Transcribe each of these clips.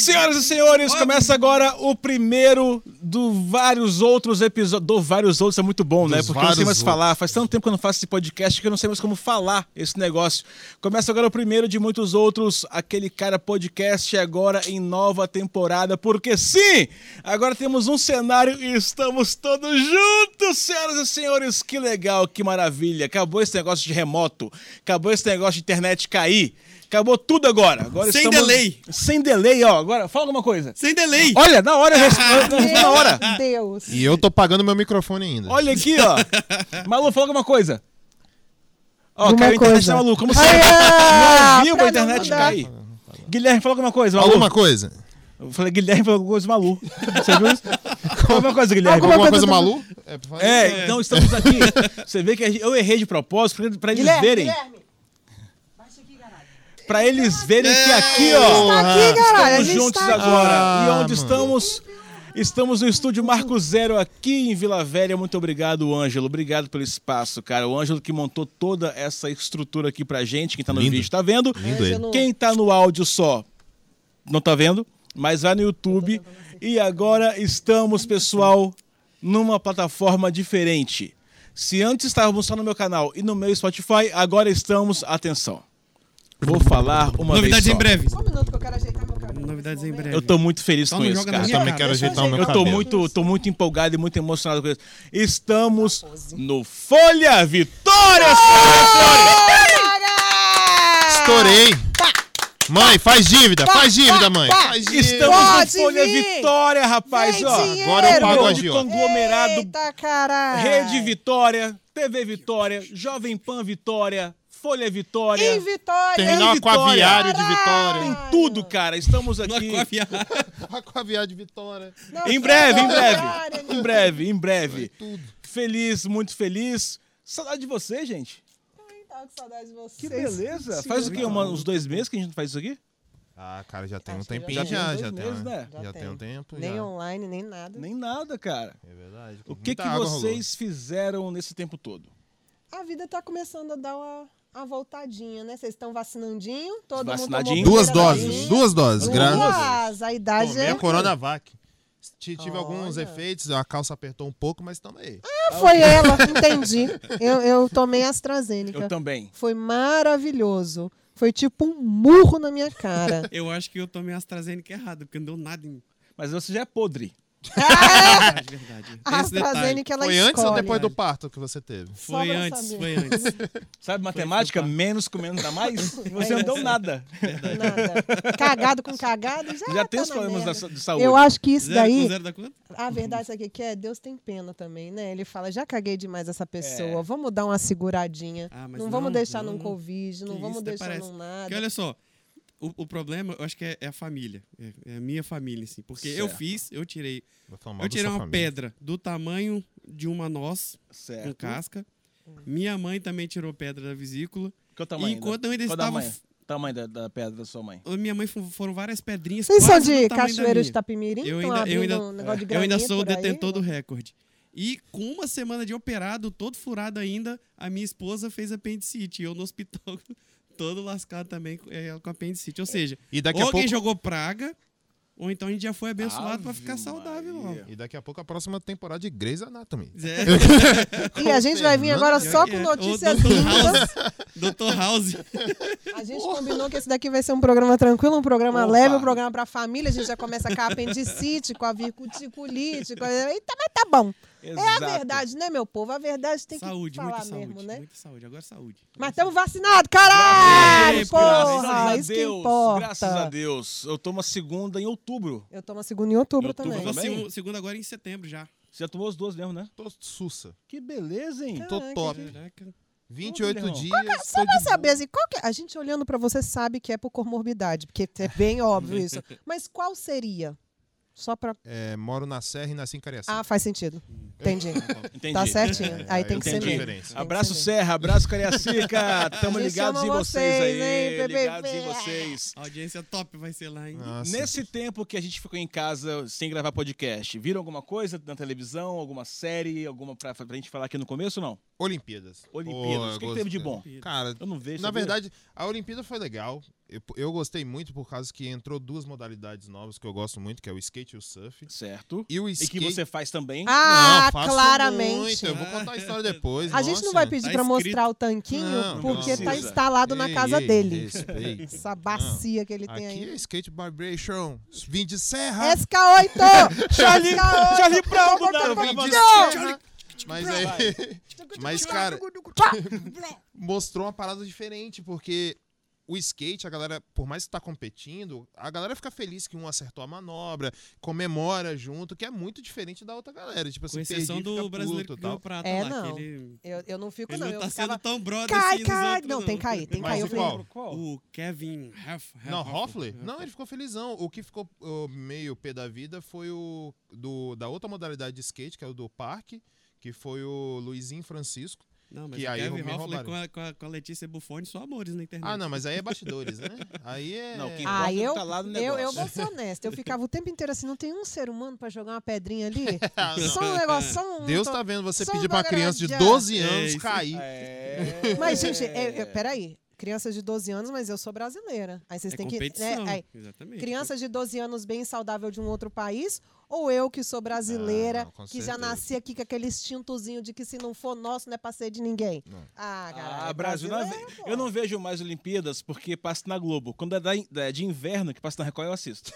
Senhoras e senhores, começa agora o primeiro do vários outros episódios. Do vários outros é muito bom, né? Porque eu não sei mais falar. Faz tanto tempo que eu não faço esse podcast que eu não sei mais como falar esse negócio. Começa agora o primeiro de muitos outros. Aquele cara podcast agora em nova temporada. Porque sim, agora temos um cenário e estamos todos juntos, senhoras e senhores. Que legal, que maravilha. Acabou esse negócio de remoto. Acabou esse negócio de internet cair. Acabou tudo agora. Sem delay. Sem delay, ó. Agora, fala alguma coisa. Sem delay. Olha, na hora, na hora. Deus. E eu tô pagando meu microfone ainda. Olha aqui, ó. Malu, fala alguma coisa. Ó, Uma caiu a internet coisa. da Malu. Como se Ah, não viu pra a internet não cair. Guilherme, fala alguma coisa, Malu. Alguma coisa? Eu falei, Guilherme, fala alguma coisa, Malu. Você viu isso? Fala alguma coisa, Guilherme. Alguma coisa Malu? Então estamos aqui. Você vê que eu errei de propósito pra eles verem. Guilherme. Pra eles verem que aqui, ó, Tá aqui, caralho. A estamos gente juntos tá aqui. agora. E onde mano. estamos? Estamos no estúdio Marco Zero aqui em Vila Velha. Muito obrigado, Ângelo. Obrigado pelo espaço, cara. O Ângelo que montou toda essa estrutura aqui pra gente. Quem tá no Lindo. vídeo tá vendo. Lindo ele. Quem tá no áudio só não tá vendo, mas vai no YouTube. E agora estamos, pessoal, numa plataforma diferente. Se antes estávamos só no meu canal e no meu Spotify, agora estamos, atenção. Vou falar uma Novidades vez só. em breve. Só um minuto que eu quero ajeitar meu cabelo. Novidades em breve. Eu tô muito feliz Só com não isso, joga cara. na Eu minha também cara. quero ajeitar o meu Eu cabelo. tô muito empolgado e muito emocionado com isso. Estamos no Folha Vitória, senhoras e senhores! Estourei. Mãe, faz dívida, mãe. Faz dívida. Estamos no Pode Folha vir. Vitória, rapaz, Vem ó. dinheiro. Agora eu pago a Grande agiota. conglomerado, Eita, caralho. Rede Vitória, TV Vitória, Jovem Pan Vitória, Folha Vitória. Em Vitória. Terminal Em Vitória. aquaviário de Vitória. Tem tudo, cara. Estamos No aqui. Aquaviário. Aquaviário de Vitória. Não, Em breve, em breve. Vitória. Em breve, em breve. Tudo. Feliz, muito feliz. Saudade de você, gente. Ai, tava com saudade de vocês. Que beleza. Sim, Faz o quê? legal. Uns 2 meses que a gente não faz isso aqui? Ah, cara, já tem um Acho que tempinho já já. tem uns 2 meses, né? Já tem um tempo. Nem já. online, nem nada. Nem nada, cara. É verdade. O que Muita água vocês fizeram nesse tempo todo? A vida tá começando a dar uma voltadinha, né? Vocês estão vacinandinho, todo mundo Vacinadinho. tomou Duas primeira doses, vacinha. duas doses. Graças a Deus. Duas. A idade Tomei é... a Coronavac. Tive alguns Olha. efeitos, a calça apertou um pouco, mas tamo aí. Ah, foi ela, entendi. Eu tomei AstraZeneca. Eu também. Foi maravilhoso. Foi tipo um murro na minha cara. Eu acho que eu tomei AstraZeneca errado, porque não deu nada em... Mas você já é podre. Verdade. A Tem esse detalhe. AstraZeneca, ela Foi antes ou escolhe. depois do parto que você teve? Só Foi pra antes, saber. foi antes. Sabe matemática? foi. Menos com menos dá mais? Você não deu nada. Nada. Cagado com cagado, já tem tá os na problemas merda. de saúde. Eu acho que isso Zero com daí... zero da conta? A verdade, sabe o que é? Deus tem pena também, né? Ele fala, já caguei demais essa pessoa, vamos dar uma seguradinha. Ah, mas não vamos deixar não, num Covid, não que vamos isso, até deixar parece. num nada. Porque olha só, o problema, eu acho que é a família. É a minha família, assim. Porque eu Certo. eu tirei Vou falar mal Eu da tirei sua uma família. pedra do tamanho de uma noz com Certo. casca. Minha mãe também tirou pedra da vesícula. Qual o tamanho? E enquanto eu ainda Qual estava... tamanho da pedra da sua mãe? Minha mãe foram várias pedrinhas. Vocês são quase do de tamanho da Cachoeira de minha. Itapimirim? Eu Estão ainda- eu abrindo ainda- um negócio de Eu ainda granito sou o por aí? detentor do recorde. E com uma semana de operado, todo furado ainda, a minha esposa fez apendicite. E eu no hospital todo lascado também com apendicite. Ou seja, E daqui ou a alguém pouco... jogou praga, ou então a gente já foi abençoado pra ficar Ave saudável. Ó. Maria. E daqui a pouco a próxima temporada de Grey's Anatomy. E a gente vai vir agora só com notícias lindas. Dr. House. A gente combinou que esse daqui vai ser um programa tranquilo, um programa Opa. leve, um programa pra família. A gente já começa com a apendicite, com a vircuticulite. Eita, mas tá bom. É a Exato. verdade, né, meu povo? A verdade tem Saúde, que falar muita mesmo, saúde. né? Muita saúde, agora saúde. Mas estamos vacinados, caralho! Graças Porra, Graças isso a que Deus. importa. Graças a Deus. Eu tomo a segunda em outubro. Eu tomo a segunda em outubro Em outubro também. Eu também? vou segunda agora em setembro já. Você já tomou as duas mesmo, né? Tô sussa. Que beleza, hein? Tô Caraca, top. gente. Caraca. 28 Irmão. dias. Só tô pra de saber, boa. assim, qual que é? A gente olhando pra você sabe que é por comorbidade, porque é bem óbvio isso. Mas qual seria? Só pra... Moro na Serra e nasci em Cariacica. Ah, faz sentido. Entendi. Entendi. Tá certinho. Aí tem que ser entendi. mesmo. Diferença. Abraço Serra, abraço Cariacica. Tamo A gente ligados em ama vocês vocês, hein, aí. PPP? Ligados em vocês. A audiência top vai ser lá, hein? Nossa. Nesse tempo que a gente ficou em casa sem gravar podcast, viram alguma coisa na televisão, alguma série, alguma pra gente falar aqui no começo ou não? Olimpíadas. Olimpíadas. O que teve de bom? Cara, Eu não vejo. na sabia? verdade, a Olimpíada foi legal. eu gostei muito por causa que entrou 2 modalidades novas que eu gosto muito, que é o skate e o surf. Certo. E o skate... E que você faz também. Ah, Não, faço claramente. muito. Eu vou contar a história depois. A gente não vai pedir tá pra escrito. mostrar o tanquinho, Não, porque não tá precisa. instalado na casa dele. Respeito. Essa bacia que ele tem Aqui aí. é skate vibration. Vim de serra. SK8! Charlie Brown do Eu nada. vim de Não! serra. Mas aí... Mas, cara, mostrou uma parada diferente, porque o skate, a galera, por mais que tá competindo, a galera fica feliz que um acertou a manobra, comemora junto, que é muito diferente da outra galera. Tipo assim, Com exceção perdi, do fica brasileiro puto que e ganhou tal. prata É, lá. não. Que ele Eu não fico, ele não. não Eu tá ficava... sendo tão brother Cai, assim nos cai! outros, Não, tem que cair, tem que Mas cair. Eu o falei, qual? O Kevin Não, Hoffler? Não, ele ficou felizão. O que ficou meio pé da vida foi o da outra modalidade de skate, que é o do parque, que foi o Luizinho Francisco. Não, mas Que o aí Kevin me Hoffler roubaram. com a Letícia Buffoni são amores na internet. Ah, não, mas aí é bastidores, né? Aí é... Não, quem Ah, importa tá lá no eu negócio. vou ser honesta. Eu ficava o tempo inteiro assim, não tem um ser humano pra jogar uma pedrinha ali? Ah, não. Só um negócio, só um... Deus tá vendo você Só pedir uma pra criança de gradinha. 12 É anos isso. cair. Mas, gente, peraí. Crianças de 12 anos, mas eu sou brasileira. Aí vocês É têm que... competição, aí, exatamente. crianças de 12 anos bem saudável de um outro país, ou eu que sou brasileira, Ah, não, com que já certeza. nasci aqui com aquele instintozinho de que se não for nosso, não é pra ser de ninguém. Não. Ah, cara. Brasil. Eu não vejo mais Olimpíadas porque passa na Globo. Quando é de inverno, que passa na Record, eu assisto.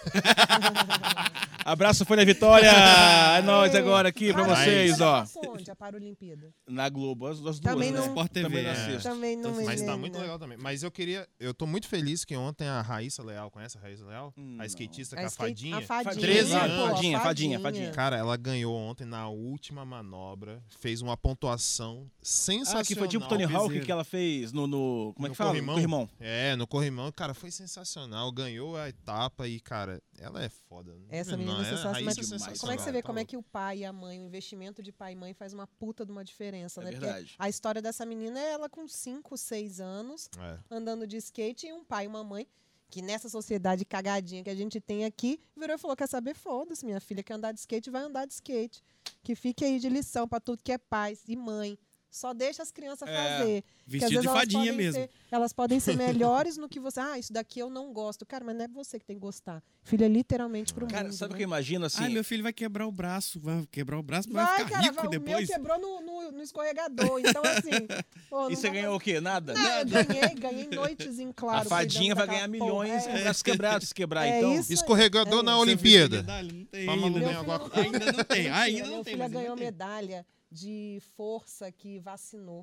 Abraço, Folha Vitória! É nóis agora aqui pra vocês, ó. Onde? A Paralimpíada. Na Globo, as duas, Também né? não- Sport TV, Também não é. assisto. Também não me Mas tá lembro, muito né? legal também. Mas eu tô muito feliz que ontem a Raíssa Leal, conhece a Raíssa Leal? Não. A skatista A com a skate- fadinha. A fadinha. 13 pô, anos. a Fadinha. Cara, ela ganhou ontem na última manobra, fez uma pontuação sensacional. Ah, que foi tipo Tony Hawk piseiro. que ela fez no como é No que fala? corrimão? No corrimão. É, no corrimão, cara, foi sensacional. Ganhou a etapa e, cara, ela é foda. Essa Não, menina é sensacional. Raíssa Mas é sensacional. como é que você vê Tá como é louco. que o pai e a mãe, o investimento de pai e mãe faz uma puta de uma diferença, É né? verdade. Porque a história dessa menina é ela com 5, 6 anos, É. andando de skate, e um pai e uma mãe que nessa sociedade cagadinha que a gente tem aqui, virou e falou, quer saber? Foda-se, minha filha quer andar de skate, vai andar de skate. Que fique aí de lição pra tudo que é pai e mãe. Só deixa as crianças fazer. Porque, às Vestido vezes, de elas fadinha podem mesmo. elas podem ser melhores no que você... Ah, isso daqui eu não gosto. Cara, mas não é você que tem que gostar. Filho é literalmente pro Cara, mundo. sabe o né? que eu imagino assim? Ai, meu filho vai quebrar o braço. Vai quebrar o braço, mas Vai, vai ficar cara, rico o meu depois. quebrou no escorregador. Então, assim... Pô, não E você vai ganhou o quê? Nada? fazer- Não, eu ganhei noites em claro. A fadinha vai cuidando ganhar daquela milhões porra. com braços quebrados se quebrar, É então. isso. Escorregador na É. Você viu Olimpíada. essa medalha? Não tem Vamos ainda. ganhar Meu alguma filho coisa. Ainda não tem. Mentira, Ainda meu não tem, filho mas ganhou ainda tem. medalha de força que vacinou.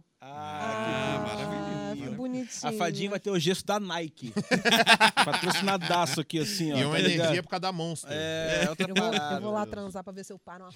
Ah, maravilhoso. Que bonitinho. A fadinha vai ter o gesto da Nike. Patrocinadaço aqui, assim, ó. E uma tá ligado? energia por causa da Monster. É, outra Eu parada. vou lá transar pra ver se eu paro uma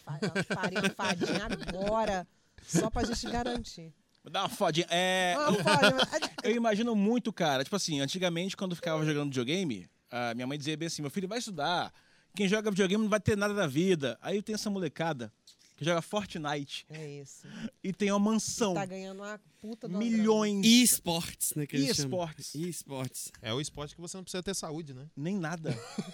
fadinha agora. Só pra gente garantir. Vou dar uma fodinha. É, Uma fadinha. eu imagino muito, cara. Tipo assim, antigamente, quando eu ficava jogando videogame, a minha mãe dizia bem assim, meu filho, vai estudar. Quem joga videogame não vai ter nada da vida. Aí tem essa molecada que joga Fortnite É isso. e tem uma mansão. Tá ganhando uma puta de uma Milhões. E-sports, né? Que eles chamam. E-sports. E-sports. É o esporte que você não precisa ter saúde, né? Nem nada.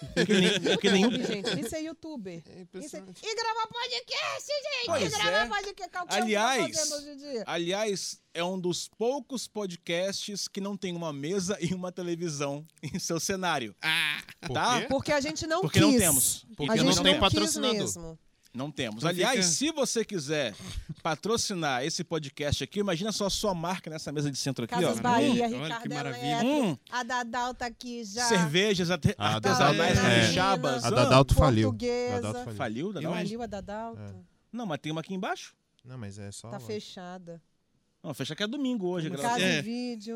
Porque grana. nenhum... YouTube, gente. Isso é youtuber. É Isso é... impressionante. E gravar podcast, gente! Pois e gravar é. podcast. Qual que Aliás, eu tô fazendo hoje em dia? Aliás, é um dos poucos podcasts que não tem uma mesa e uma televisão em seu cenário. Por Tá? quê? Porque a gente não Porque quis. não temos. A Porque gente não não temos. quis patrocinador. mesmo. Não temos. Então Aliás, fica- se você quiser patrocinar esse podcast aqui, imagina só a sua marca nessa mesa de centro aqui, Casas ó. Bahia, Olha que Ricardo maravilha. Eletro, a Dadal tá aqui já. Cervejas A artesanais Dadal- capixabas. A Ó, Dadalto faliu. Portuguesa. Dadalto faliu. Faliu, Dadal? Faliu a Dadalto. Não, mas tem uma aqui embaixo. Não, mas é só... Tá fechada. Não, fecha que é domingo hoje. Como graças a Casa É. e vídeo.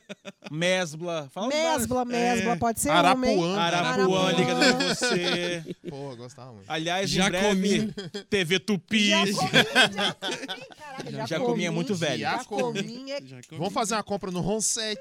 Mesbla. Fala os Mesbla, É. pode ser Arapuã. homem. bares. Arapuã, liga de você. Porra, gostava muito. Aliás, em Jacomi. breve, TV Tupi. Caraca, Jacomi é muito velho. Jacomi é... Já Vamos fazer uma compra no Ron 7.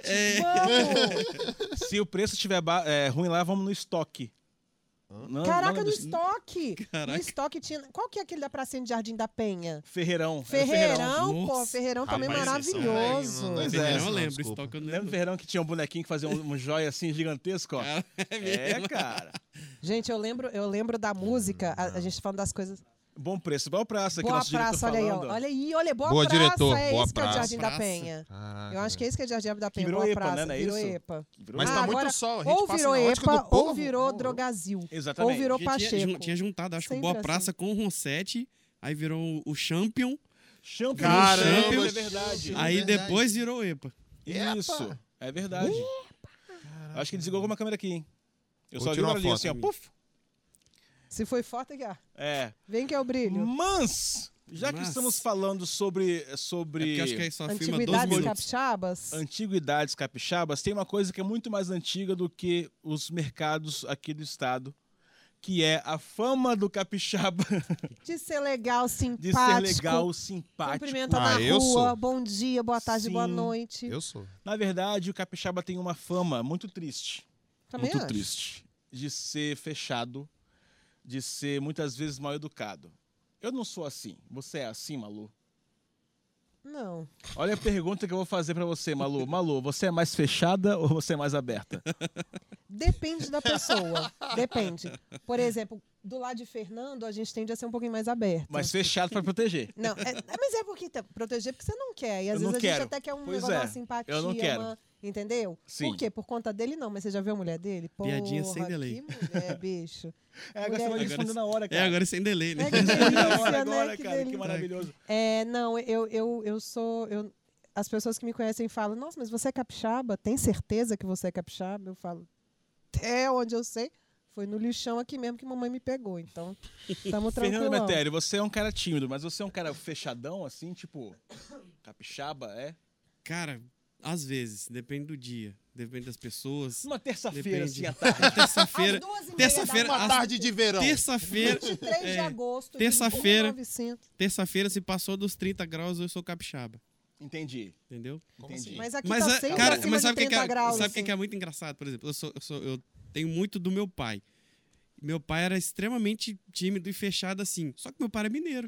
Vamos! Se o preço estiver ruim lá, vamos no estoque. Não, Caraca, não, no estoque. Caraca. No estoque tinha... Qual que é aquele da pracinha de Jardim da Penha? Ferreirão. Era Ferreirão, pô. Nossa. Ferreirão também Rapaz, vocês são maravilhoso. velhos, Pois Eu é, não lembro. desculpa. Estoque eu não Lembra do lembro. Ferreirão que tinha um bonequinho que fazia um joia assim gigantesco, ó? É mesmo. É, cara. Gente, eu lembro da música, a gente falando das coisas... Bom preço. Boa Praça, que Boa nosso diretor Praça, olha aí, ó. falando. Olha aí, olha, Boa Boa, Praça. diretor, É Boa esse que é o Praça. Jardim da Praça. Penha. Caraca, Eu acho que é esse que é o Jardim da Penha, virou Boa EPA, Praça. né? Não é Virou isso? EPA. Virou Mas EPA. tá agora, muito sol, a gente ou passa virou na ótica do EPA, povo. ou virou Drogazil. Exatamente. Ou virou Porque Pacheco. tinha juntado, acho que o Sempre Boa Praça com o Ron7, aí virou o Champion, Champion. Caramba, Champion, é verdade. aí verdade. depois virou EPA. Isso. É verdade. Acho que ele desligou uma câmera aqui, hein? Eu Vou só vi tirar uma uma ali, foto, assim, ó. amigo. Puf. Se foi forte, aqui, ó. É. Vem que é o brilho. Mas, já que Mas- estamos falando sobre É porque eu acho que aí só filma 12 Antiguidades minutos. capixabas. antiguidades capixabas, tem uma coisa que é muito mais antiga do que os mercados aqui do estado, que é a fama do capixaba De ser legal, de simpático. ser legal, simpático. Cumprimenta Ah, na eu rua. sou. Bom dia, boa tarde, boa Sim. noite. Eu sou. Na verdade, o capixaba tem uma fama muito triste. Também muito acho. triste. De ser fechado, de ser muitas vezes mal educado. Eu não sou assim. Você é assim, Malu? Não. Olha a pergunta que eu vou fazer pra você, Malu. Malu, você é mais fechada ou você é mais aberta? Depende da pessoa. Depende. Por exemplo, do lado de Fernando, a gente tende a ser um pouquinho mais aberto. Mas fechado pra proteger. Não, mas é porque proteger porque você não quer. E às Eu não vezes a quero. gente até quer um Pois negócio, é, uma simpatia. eu não quero. Entendeu? Sim. Por quê? Por conta dele, não. Mas você já viu a mulher dele? Porra, Piadinha sem delay. Que mulher, bicho. É, agora você vai Mulher- responder na hora, cara. É, agora sem delay, né? É que Na delícia, hora né? agora, Que cara. Que delícia. maravilhoso. Não, eu sou... as pessoas que me conhecem falam, nossa, mas você é capixaba? Tem certeza que você é capixaba? Eu falo, até onde eu sei, foi no lixão aqui mesmo que mamãe me pegou. Então, estamos Fernando tranquilão. Metério, você é um cara tímido, mas você é um cara fechadão, assim, tipo, capixaba, é? Cara, às vezes, depende do dia, depende das pessoas. Numa terça-feira, Depende. assim, à tarde. Terça-feira, Às 2h30 terça-feira, da Uma às- tarde de verão. terça-feira, 23 de é, agosto terça-feira. de 1900. terça-feira, se passou dos 30 graus, eu sou capixaba, Entendi, entendeu? entendi. Mas aqui Mas, tá é, sempre cara, acima mas sabe o de que, 30 graus. sabe o que assim. que é muito engraçado? Por exemplo, eu tenho muito do meu pai. Meu pai era extremamente tímido e fechado assim. Só que meu pai era mineiro.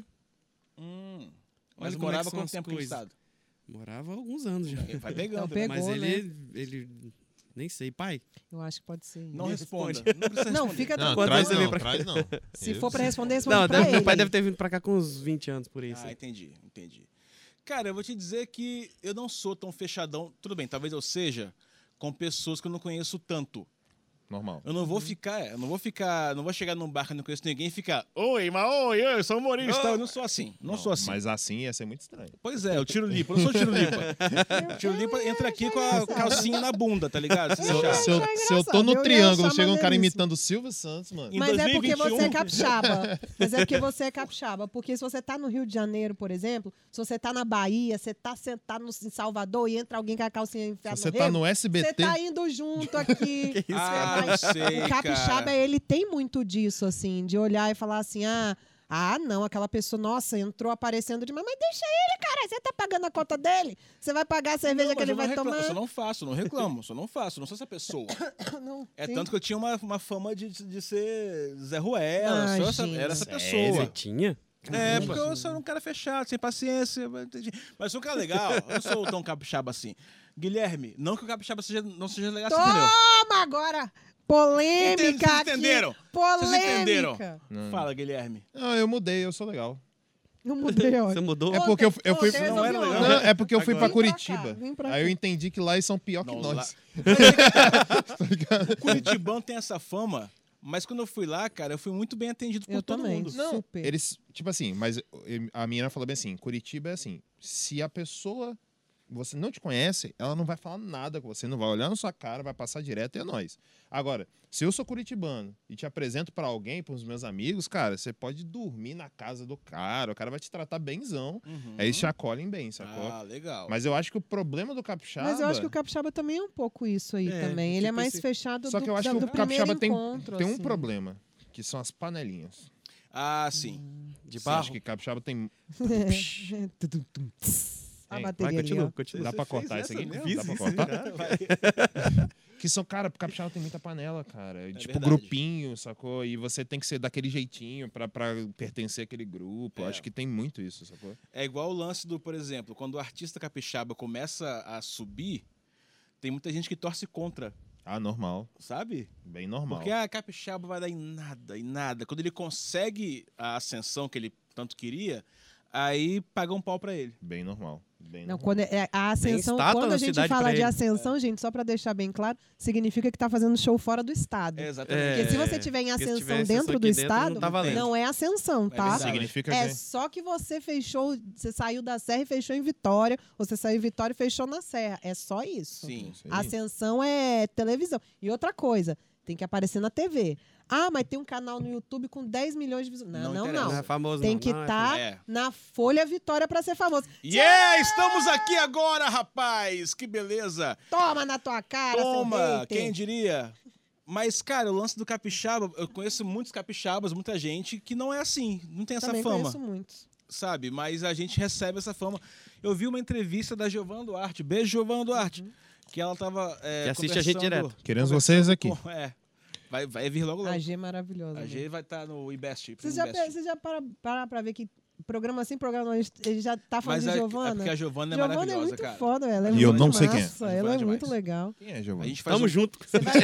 Mas Olha como é que morava são quanto as tempo no coisas. estado? Morava há alguns anos já. Vai pegando, Então, né? pegou. Mas né? ele nem sei, pai. Eu acho que pode ser. Não Me responda. responde. Não precisa Não, responder. fica Não, tranquilo. traz você veio não, pra traz não. Se Eu- for pra responder, responde Não, pra ele. meu pai deve ter vindo pra cá com uns 20 anos por isso. Ah, entendi. Cara, eu vou te dizer que eu não sou tão fechadão. Tudo bem, talvez eu seja com pessoas que eu não conheço tanto. Normal. Eu não vou ficar, não vou chegar num bar que eu não conheço ninguém e ficar, oi, eu sou humorista. Eu não sou assim, não sou assim. Mas assim ia ser muito estranho. Pois é, o tiro lipa, eu não sou tiro lipa. O tiro lipa entra aqui com a calcinha na bunda, tá ligado? Se deixar. Se eu, achar se eu tô engraçado, no eu ia triângulo, achar chega um cara maneiríssimo. imitando o Silvio Santos, mano. Em Mas é porque 2021. você é capixaba. Mas é porque você é capixaba. Porque se você tá no Rio de Janeiro, por exemplo, se você tá na Bahia, você tá sentado em Salvador e entra alguém com a calcinha enfiada Se você no tá rego, no você SBT, tá indo junto aqui. Ah, não sei, O capixaba, cara. ele tem muito disso, assim, de olhar e falar assim, não, aquela pessoa, nossa, entrou aparecendo demais, mas deixa ele, cara, você tá pagando a conta dele? Você vai pagar a cerveja Não, que mas ele eu não vai reclamo, tomar? eu só não faço, não reclamo, não sou essa pessoa. Não, É sim. tanto que eu tinha uma fama de ser Zé Ruela, era essa Você pessoa. tinha? É, porque eu sou um cara fechado, sem paciência. Mas sou um cara legal, eu não sou tão capixaba assim. Guilherme, não que o capixaba não seja legal assim, entendeu? Toma agora! Polêmica Vocês aqui. entenderam? Polêmica. Vocês entenderam? Não. Fala, Guilherme. não, eu mudei, eu sou legal. Não mudei, ó. Você mudou? É porque eu fui. Ontem Não era resolvi legal. ontem. Não, é porque eu fui pra Agora. Curitiba. Vim pra cá. Aí eu entendi que lá eles são pior que Não, nós. O Curitibano tem essa fama, mas quando eu fui lá, cara, eu fui muito bem atendido por Eu todo também. mundo. Não, Super. eles, tipo assim, mas a menina falou bem assim, Curitiba é assim, se a pessoa, você não te conhece, ela não vai falar nada com você, não vai olhar na sua cara, vai passar direto e é nóis. Agora, se eu sou curitibano e te apresento pra alguém, pros meus amigos, cara, você pode dormir na casa do cara, o cara vai te tratar benzão, aí eles te acolhem bem, sacou? Ah, legal. Mas eu acho que o problema do capixaba... Mas eu acho que o capixaba também é um pouco isso aí É, também. Ele é tipo mais esse- fechado Só que eu acho que do o capixaba primeiro tem encontro, um assim. problema, que são as panelinhas. Ah, sim. De Você barro? acha que capixaba tem... A Hein? bateria Vai, ali, continua, ó. continua. Dá pra Você fez cortar isso essa aqui? mesmo? Dá pra Fiz cortar? Que são, cara, o capixaba tem muita panela, cara. Tipo, verdade. grupinho, sacou? E você tem que ser daquele jeitinho pra pertencer àquele grupo. É. Acho que tem muito isso, sacou? É igual o lance do, por exemplo, quando o artista capixaba começa a subir, tem muita gente que torce contra Ah, normal. Sabe? Bem normal. Porque a capixaba vai dar em nada. Quando ele consegue a ascensão que ele tanto queria, aí paga um pau pra ele. Bem normal. Bem Não, normal. quando a ascensão, quando a gente fala de ascensão, gente, só para deixar bem claro, significa que tá fazendo show fora do estado. Exatamente. Porque se você tiver em ascensão dentro do estado, não é ascensão, tá? Significa é só que você fechou, você saiu da Serra e fechou em Vitória, ou você saiu em Vitória e fechou na Serra. É só isso. Sim. Ascensão é televisão. E outra coisa, tem que aparecer na TV. Ah, mas tem um canal no YouTube com 10 milhões de visualizações. Não. Não é famoso, tem que estar na Folha Vitória pra ser famoso. Estamos aqui agora, rapaz! Que beleza! Toma na tua cara, Toma! Quem diria? Mas, cara, o lance do capixaba, eu conheço muitos capixabas, muita gente que não é assim, não tem essa Também fama. Conheço muitos. Sabe? Mas a gente recebe essa fama. Eu vi uma entrevista da Giovana Duarte. Beijo, Giovana Duarte. Que ela tava que assiste a gente direto. Queremos vocês aqui. Vai vir logo. A G é maravilhosa. A G vai estar no IBEST. Você já para pra ver que programa assim, programa ele já tá falando de Giovana? É porque a Giovana é maravilhosa, muito cara. Foda, ela é e eu não sei massa, quem é. Ela é muito legal. Quem é, Giovana? Tamo junto.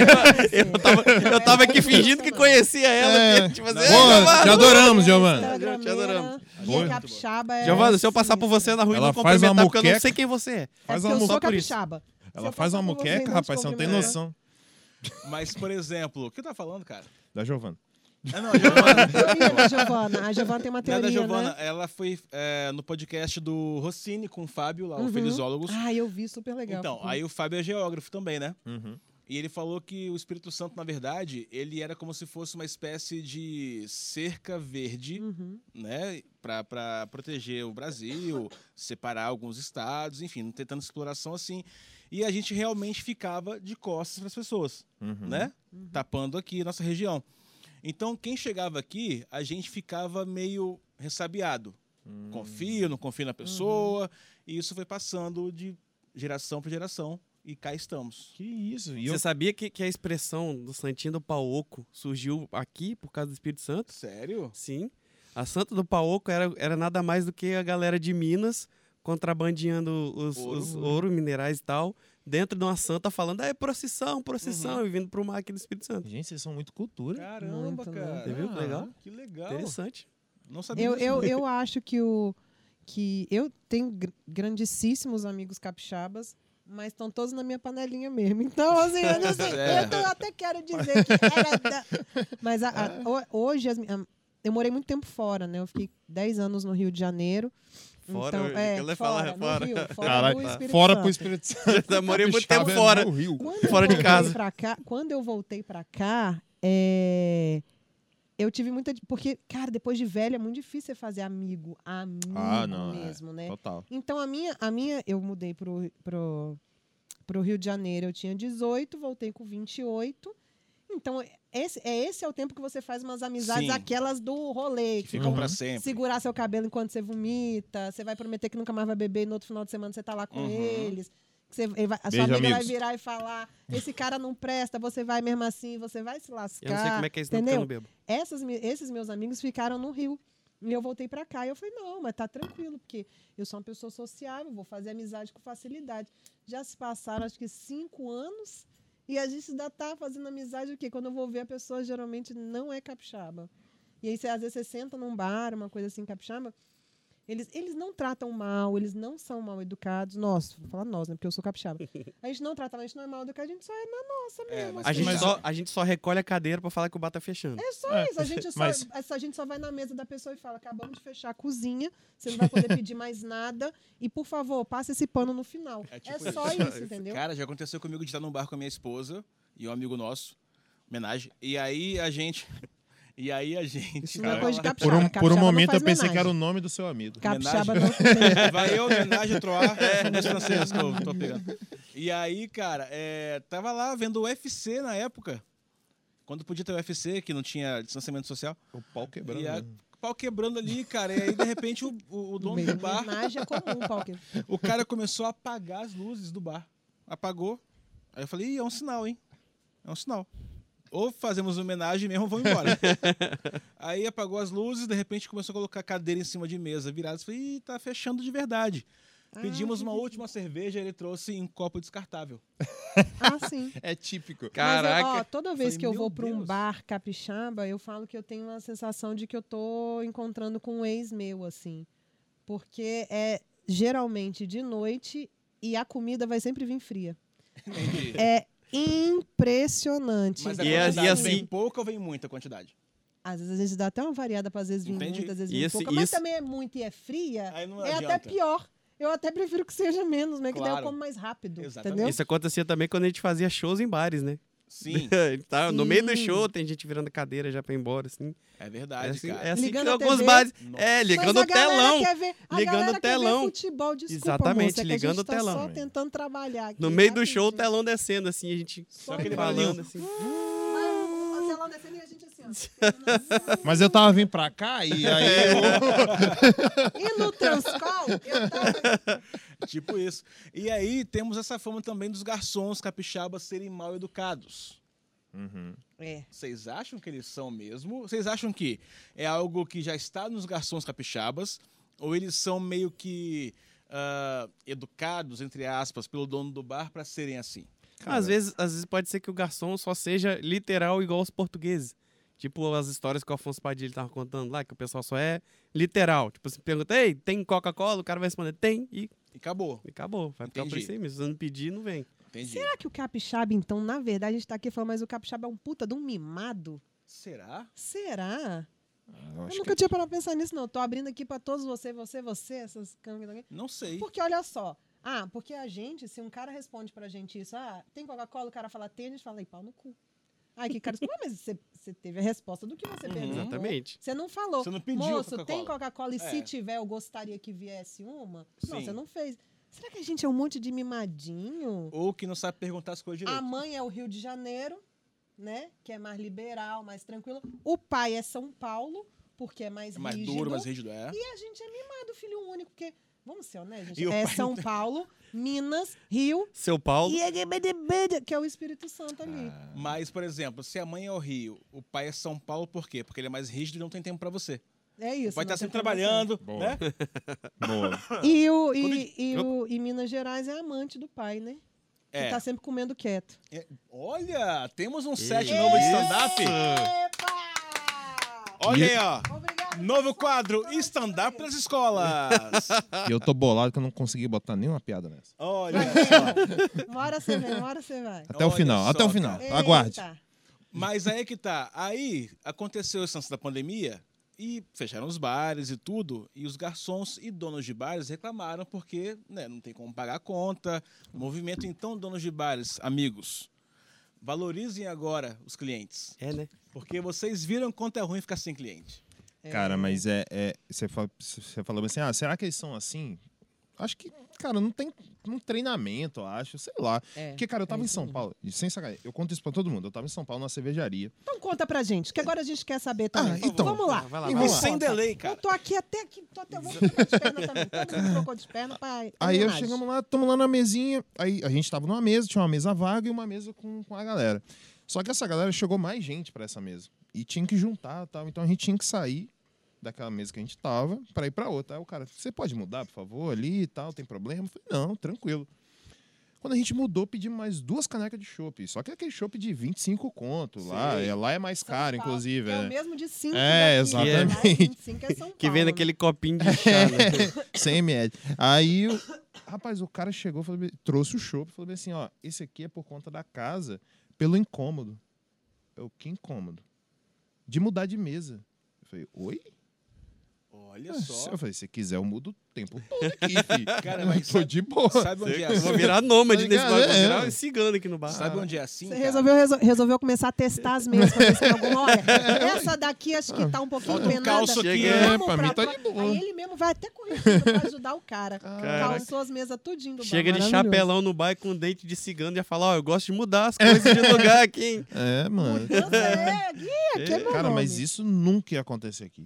Eu tava aqui fingindo que conhecia ela. Te adoramos, Giovana. Te adoramos. E a capixaba é... Giovana, se eu passar por você na rua e não cumprimentar, porque eu não sei quem você é. Faz uma muqueca. Eu sou capixaba. Ela faz uma muqueca, rapaz, você não tem noção. Mas, por exemplo, o que tá falando, cara? Da Giovana. Não, a Giovana. Da Giovana. A Giovana tem uma teoria, da Giovana, né? Ela foi no podcast do Rossini com o Fábio, lá, o Felizólogos. Ah, eu vi, super legal. Então, aí o Fábio é geógrafo também, né? Uhum. E ele falou que o Espírito Santo, na verdade, ele era como se fosse uma espécie de cerca verde, né? Pra proteger o Brasil, separar alguns estados, enfim, não ter tanta exploração assim. E a gente realmente ficava de costas para as pessoas, né? Tapando aqui a nossa região. Então, quem chegava aqui, a gente ficava meio ressabiado. Confio, não confio na pessoa. E isso foi passando de geração para geração. E cá estamos. Que isso? Você sabia que a expressão do Santinho do Pau Oco surgiu aqui por causa do Espírito Santo? Sério? Sim. A Santa do Pau Oco era nada mais do que a galera de Minas contrabandeando os ouro, minerais e tal, dentro de uma santa falando, procissão, e vindo pro mar aqui do Espírito Santo. Gente, vocês são muito cultura. Caramba, muito, cara. Você viu que legal? Que legal. Interessante. Não sabia eu acho que eu tenho grandíssimos amigos capixabas, mas estão todos na minha panelinha mesmo. Então, assim, eu não sei. Eu até quero dizer que era Mas hoje, eu morei muito tempo fora, né? Eu fiquei 10 anos no Rio de Janeiro. Fora, então, fora. Fora pro Espírito Santo. Eu morei muito tempo fora. Fora de casa. Quando eu voltei pra cá, eu tive muita... Porque, cara, depois de velha é muito difícil você fazer amigo mesmo, né? Total. Então, a minha eu mudei pro Rio de Janeiro, eu tinha 18, voltei com 28. Então, esse é o tempo que você faz umas amizades, aquelas do rolê. Que ficam pra sempre. Segurar seu cabelo enquanto você vomita, você vai prometer que nunca mais vai beber, e no outro final de semana você tá lá com eles. A sua amiga vai virar e falar, esse cara não presta, você vai mesmo assim, você vai se lascar. Eu não sei como é que é isso, entendeu? Não, porque eu não bebo. Esses meus amigos ficaram no Rio. E eu voltei pra cá e eu falei, não, mas tá tranquilo, porque eu sou uma pessoa sociável, vou fazer amizade com facilidade. Já se passaram, acho que 5 anos... E a gente ainda tá fazendo amizade, o quê? Quando eu vou ver, a pessoa geralmente não é capixaba. E aí, às vezes, você senta num bar, uma coisa assim, capixaba, eles não tratam mal, eles não são mal educados. Nós, vou falar nós, né? Porque eu sou capixaba. A gente não trata mal, a gente não é mal educado, a gente só é na nossa mesmo. A gente só recolhe a cadeira pra falar que o bar tá fechando. É só isso, a gente só vai na mesa da pessoa e fala, acabamos de fechar a cozinha, você não vai poder pedir mais nada, e por favor, passe esse pano no final. É só isso, entendeu? Cara, já aconteceu comigo de estar num bar com a minha esposa e um amigo nosso, homenagem, e aí a gente... Por um momento eu pensei que era o nome do seu amigo. Capixaba não. Vai eu, homenagem, troar. Nesse francês que eu tô pegando. E aí, cara, tava lá vendo o UFC na época. Quando podia ter o UFC, que não tinha distanciamento social. O pau quebrando. O pau quebrando ali, cara. E aí, de repente, o dono do bar... Homenagem é comum, pau quebrando. O cara começou a apagar as luzes do bar. Apagou. Aí eu falei, é um sinal, hein? É um sinal. Ou fazemos homenagem mesmo ou vamos embora. Aí apagou as luzes, de repente começou a colocar a cadeira em cima de mesa virada. Falei, tá fechando de verdade. Pedimos uma última cerveja, ele trouxe em um copo descartável. Ah, sim. É típico. Caraca. Mas, ó, toda vez Falei, que eu meu vou para um Deus. bar capixaba, eu falo que eu tenho uma sensação de que eu tô encontrando com um ex meu, assim. Porque é geralmente de noite e a comida vai sempre vir fria. Entendi. É impressionante. Mas a E quantidade assim- vem pouca ou vem muita quantidade? Às vezes a gente dá até uma variada para às vezes vir Entendi. muita, às vezes E vir esse- pouca. Mas isso- também é muito e é fria, Aí não é adianta. até pior. Eu até prefiro que seja menos, né? Que daí eu Claro. como mais rápido, Exatamente. entendeu? Isso acontecia também quando a gente fazia shows em bares, né? Sim, Tá, no meio do Sim. show tem gente virando cadeira já pra ir embora, assim. é É verdade, assim, cara. é assim Ligando que a alguns TV. bares... Nossa. É, ligando Mas o telão. A Ligando galera o telão. Quer ver futebol, desculpa, Exatamente, moça, é que ligando a o gente tá telão. só tentando trabalhar aqui. No meio do show, o rapidinho. telão descendo, assim, a gente Só aquele falando, barulhinho. assim. Mas o telão descendo e a gente assim, ó. Mas eu tava vindo pra cá e aí E no Transcol, eu tava... Tipo isso. E aí temos essa fama também dos garçons capixabas serem mal educados. É. Vocês acham que eles são mesmo? Vocês acham que é algo que já está nos garçons capixabas? Ou eles são meio que educados, entre aspas, pelo dono do bar para serem assim? Às vezes pode ser que o garçom só seja literal igual os portugueses. Tipo as histórias que o Afonso Padilha tava contando lá, que o pessoal só é literal. Tipo, você pergunta, ei, tem Coca-Cola? O cara vai responder, tem, e E acabou. acabou. Vai ficar por Entendi. isso aí mesmo. Se você não pedir, não vem. Entendi. Será que o capixaba, então, na verdade, a gente tá aqui falando, mas o capixaba é um puta de um mimado? Será? Será? eu Eu acho nunca tinha parado pra pensar nisso, não. Tô abrindo aqui pra todos você, essas câmeras aqui. Não sei. Porque olha só. Porque a gente, se um cara responde pra gente isso, tem Coca-Cola, o cara fala tem, a gente fala, pau no cu. Que cara, mas você teve a resposta do que você perguntou. Exatamente. Você não falou. Você não pediu Moço, Coca-Cola. tem Coca-Cola e É. se tiver, eu gostaria que viesse uma? Não, Sim. você não fez. Será que a gente é um monte de mimadinho? Ou que não sabe perguntar as coisas A direito. mãe é o Rio de Janeiro, né? Que é mais liberal, mais tranquilo. O pai é São Paulo, porque é mais É mais rígido. duro, mais rígido, é. E a gente é mimado, filho único, porque, vamos ser honestos, E o é pai São Paulo, Minas, Rio Seu Paulo. que é o Espírito Santo ali. Mas, por exemplo, se a mãe é o Rio, o pai é São Paulo, por quê? Porque ele é mais rígido e não tem tempo pra você. É isso. Vai estar não sempre tem problema. trabalhando, Boa. né? Boa. E Minas Gerais é amante do pai, né? É. Que tá sempre comendo quieto. Olha, temos um set Ei. novo de stand-up. Epa! Olha aí, ó. Obrigado. Novo quadro, stand-up nas escolas. E eu tô bolado que eu não consegui botar nenhuma piada nessa. Olha só. Uma hora você vem, uma hora você vai. Até o Olha final, só, até o final. cara. Aguarde. Eita. Mas aí que tá. Aí aconteceu esse lance da pandemia e fecharam os bares e tudo. E os garçons e donos de bares reclamaram porque não tem como pagar a conta. Movimento, então, donos de bares, amigos, valorizem agora os clientes. É, né? Porque vocês viram quanto é ruim ficar sem cliente. Cara, mas você falou assim, será que eles são assim? Acho que, cara, não tem um treinamento, eu acho, sei lá. Porque, cara, eu tava em São Paulo, e sem sacanagem, eu conto isso pra todo mundo, eu tava em São Paulo numa cervejaria. Então conta pra gente, que agora a gente quer saber também. então. Vamos lá. Vai lá, E vai lá. sem Conta. delay, Eu cara. tô aqui até aqui, eu vou trocar de perna também. Todo mundo trocou de perna pra Aí eu homenagem. chegamos lá, estamos lá na mesinha, aí a gente tava numa mesa, tinha uma mesa vaga e uma mesa com a galera. Só que essa galera chegou mais gente pra essa mesa. E tinha que juntar, tal, então a gente tinha que sair daquela mesa que a gente tava pra ir pra outra. Aí o cara, você pode mudar, por favor, ali e tal, tem problema? Eu falei, não, tranquilo. Quando a gente mudou, pedimos mais 2 canecas de chopp. Só que é aquele chopp de 25 conto lá. Sim. Lá é mais São caro, Paulo, inclusive. que é É. o mesmo de 5 É, exatamente. 25 é São Paulo. Que vem né? naquele copinho de chá, né? 100 ml. Aí, rapaz, o cara chegou, trouxe o chopp e falou bem assim, ó, esse aqui é por conta da casa, pelo incômodo. Eu, que incômodo? De mudar de mesa. Eu falei, oi? Olha só. Eu falei, se quiser, eu mudo o tempo todo aqui, filho. Cara, Eu mas tô de boa. Sabe onde é Eu vou assim? virar nômade nesse bar, vou É. virar cigano aqui no bar. Sabe onde é assim, Você cara? resolveu começar a testar as mesas pra ver se tem alguma. Olha, essa daqui acho que tá um pouquinho Falta um penada. calço aqui, Vamos né? Pra mim tá pra- de boa. Aí ele mesmo vai até corrigindo pra ajudar o cara. Caraca. Calçou as mesas tudinho do bar. Chega de maravilhoso. chapelão no bar com dente de cigano e já fala, ó, eu gosto de mudar as coisas de lugar aqui, hein? É, mano. Mudança aqui é meu Cara, nome. mas isso nunca ia acontecer aqui.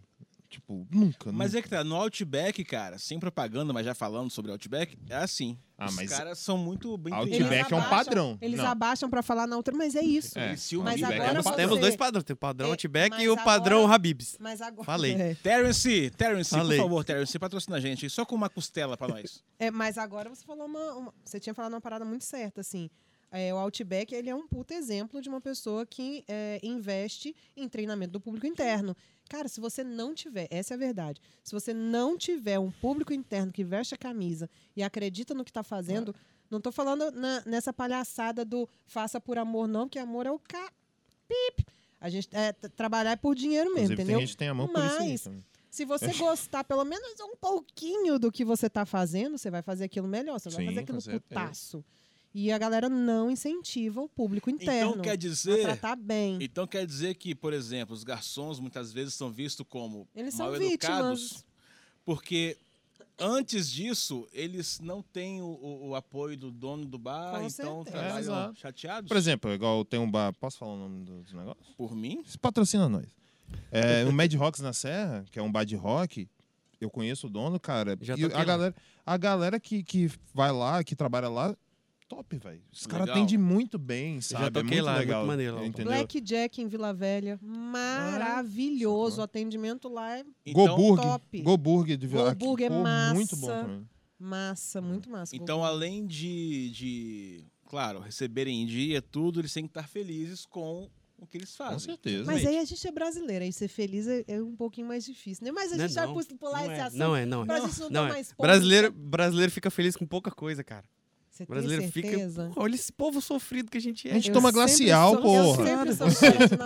Tipo, nunca. Mas é que tá, no Outback, cara, sem propaganda, mas já falando sobre Outback, é assim. Os caras são muito bem Outback é um padrão. Eles abaixam pra falar na outra, mas é isso. Mas agora temos dois padrões. Tem o padrão Outback e o padrão Habib's. Mas agora... Falei. Terence, por favor, Terence, patrocina a gente. Só com uma costela pra nós. Mas agora você falou você tinha falado uma parada muito certa, assim. O Outback, ele é um puta exemplo de uma pessoa que investe em treinamento do público interno. Cara, se você não tiver, essa é a verdade, se você não tiver um público interno que veste a camisa e acredita no que está fazendo, não estou falando nessa palhaçada do faça por amor não, porque amor é o pip. A gente trabalhar é por dinheiro mesmo, entendeu? A gente tem amor por isso. Se você gostar pelo menos um pouquinho do que você está fazendo, você vai fazer aquilo melhor, você vai fazer aquilo putaço. E a galera não incentiva o público interno então, quer dizer, a tratar bem. Então quer dizer que, por exemplo, os garçons muitas vezes são vistos como mal educados, porque antes disso eles não têm o apoio do dono do bar, então trabalham chateados. Por exemplo, igual tem um bar, posso falar o nome dos negócios? Por mim? Você patrocina nós. O Mad Rocks na Serra, que é um bar de rock, eu conheço o dono, cara. E a galera que vai lá, que trabalha lá, top, velho. Os caras atendem muito bem, sabe? Já toquei muito lá, legal. muito maneiro. Entendeu? Black Jack em Vila Velha, maravilhoso. O atendimento lá é top. Go Burger de Vila Velha. Go Burger é massa. Muito bom também. Massa, muito massa. Então, além de, claro, receberem em dia tudo, eles têm que estar felizes com o que eles fazem. Com certeza. Mas aí a gente é brasileiro, aí ser feliz é um pouquinho mais difícil, né? Mas a gente vai pular esse assunto. Não é. Pra gente não dar mais ponto. Brasileiro fica feliz com pouca coisa, cara. Você brasileiro tem certeza? Fica. Olha esse povo sofrido que a gente é. A gente toma glacial, porra. Eu sempre sou certo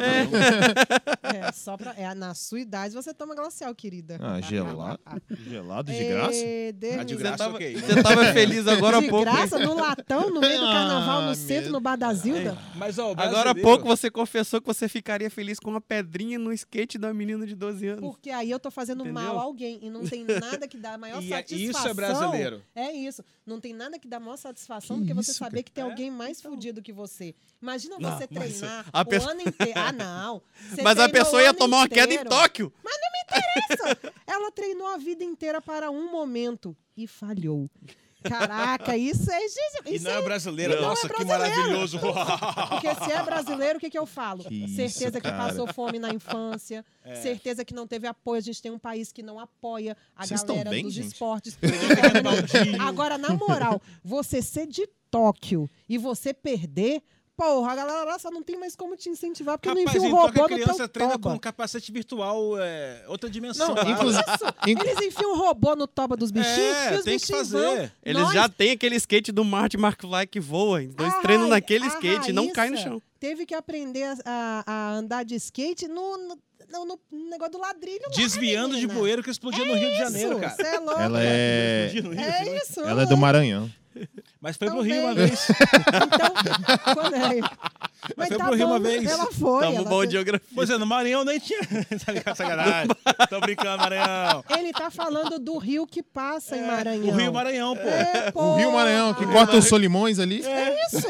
na sua idade você toma glacial, querida. Gelado? Gelado de graça? De graça, ok. Você tava feliz agora há pouco. De graça, no latão, no meio do carnaval, no centro, no bar da Zilda. Mas, agora há pouco você confessou que você ficaria feliz com uma pedrinha no skate da menina de 12 anos. Porque aí eu tô fazendo mal a alguém e não tem nada que dá maior satisfação. Isso é brasileiro. É isso. Não tem nada que dá maior satisfação do que você saber que tem alguém mais fudido que você. Imagina você treinar o ano inteiro. Não. Mas a pessoa ia tomar uma queda em Tóquio. Mas não me interessa. Ela treinou a vida inteira para um momento e falhou. Caraca, isso é... E não é brasileira. Nossa, que maravilhoso. Porque se é brasileiro, o que eu falo? Certeza que passou fome na infância, certeza que não teve apoio. A gente tem um país que não apoia a galera dos esportes. Agora, na moral, você ser de Tóquio e você perder... Porra, a galera lá só não tem mais como te incentivar, porque não enfia um robô no teu criança treina com capacete virtual, outra dimensão. Não, eles enfiam um robô no toba dos bichinhos e os bichinhos vão. Eles já têm aquele skate do Marty McFly que voa. Então eles treinam naquele skate e não cai no chão. Teve que aprender a andar de skate no negócio do ladrilho. Desviando de bueiro que explodia no Rio de Janeiro, cara. Você é louco. Ela é... isso. Ela é do Maranhão. Mas foi pro Rio uma vez. Então, quando Mas foi pro Rio uma vez. Ela foi. Tamo bom de geografia. Pois é, no Maranhão nem tinha. Tá ligado? Sacanagem. Tô brincando, Maranhão. Ele tá falando do rio que passa em Maranhão. O Rio Maranhão, pô. O Rio Maranhão, que corta os Solimões ali. É isso.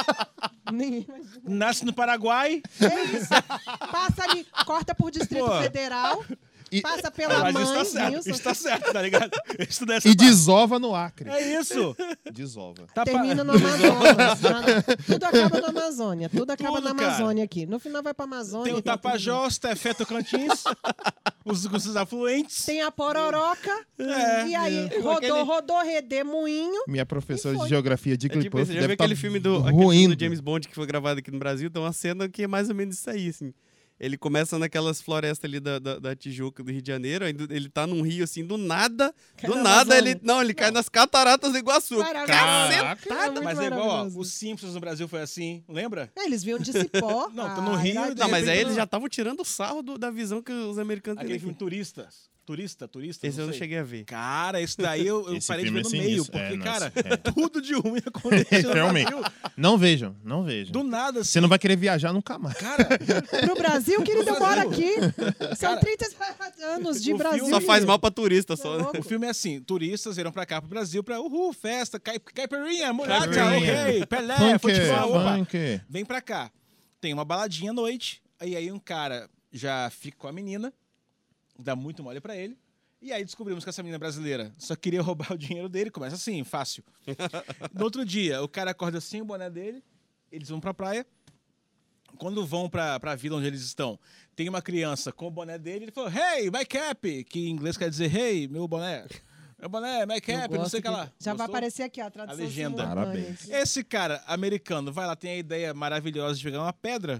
Nasce no Paraguai. É isso. Passa ali, corta por Distrito Federal. Passa pela mãe, isso tá certo, tá ligado? E desova no Acre. É isso. Desova. Termina no Amazonas. Tudo acaba na Amazônia. Tudo acaba na Amazônia aqui. No final vai pra Amazônia. Tem o Tapajós, Tefé, Tocantins, os afluentes. Tem a Pororoca. E aí, rodou, redemoinho. Minha professora de geografia de Clipuff você já viu aquele filme do James Bond que foi gravado aqui no Brasil? Tem uma cena que é mais ou menos isso aí, assim. Ele começa naquelas florestas ali da Tijuca, do Rio de Janeiro, ele tá num rio assim, do nada, ele cai nas cataratas do Iguaçu. Cacetada! Mas é igual, os Simpsons no Brasil foi assim, lembra? Eles vinham de Cipó. Não, tô no Rio. Não, mas aí eles já estavam tirando o sarro da visão que os americanos têm. Aquele filme Turista. Esse eu não cheguei a ver. Cara, esse daí eu parei de ver no meio, porque, cara, tudo de ruim aconteceu realmente. Não vejam. Do nada, assim. Você não vai querer viajar nunca mais. Cara, pro Brasil, querido, eu moro aqui. São 30 anos de Brasil. Só faz mal pra turista, só. O filme é assim, turistas vieram pra cá, pro Brasil, pra festa, caipirinha, mulata, ok, Pelé, futebol, vem pra cá. Tem uma baladinha à noite, aí um cara já fica com a menina, dá muito mole pra ele. E aí descobrimos que essa menina brasileira só queria roubar o dinheiro dele. Começa assim, fácil. No outro dia, o cara acorda assim, o boné dele, eles vão pra praia. Quando vão pra vila onde eles estão, tem uma criança com o boné dele, ele falou, hey, my cap, que em inglês quer dizer, hey, meu boné. Meu boné, my cap, não sei o que lá. Já Gostou? vai aparecer aqui a tradução. A legenda. Parabéns. Esse cara americano vai lá, tem a ideia maravilhosa de pegar uma pedra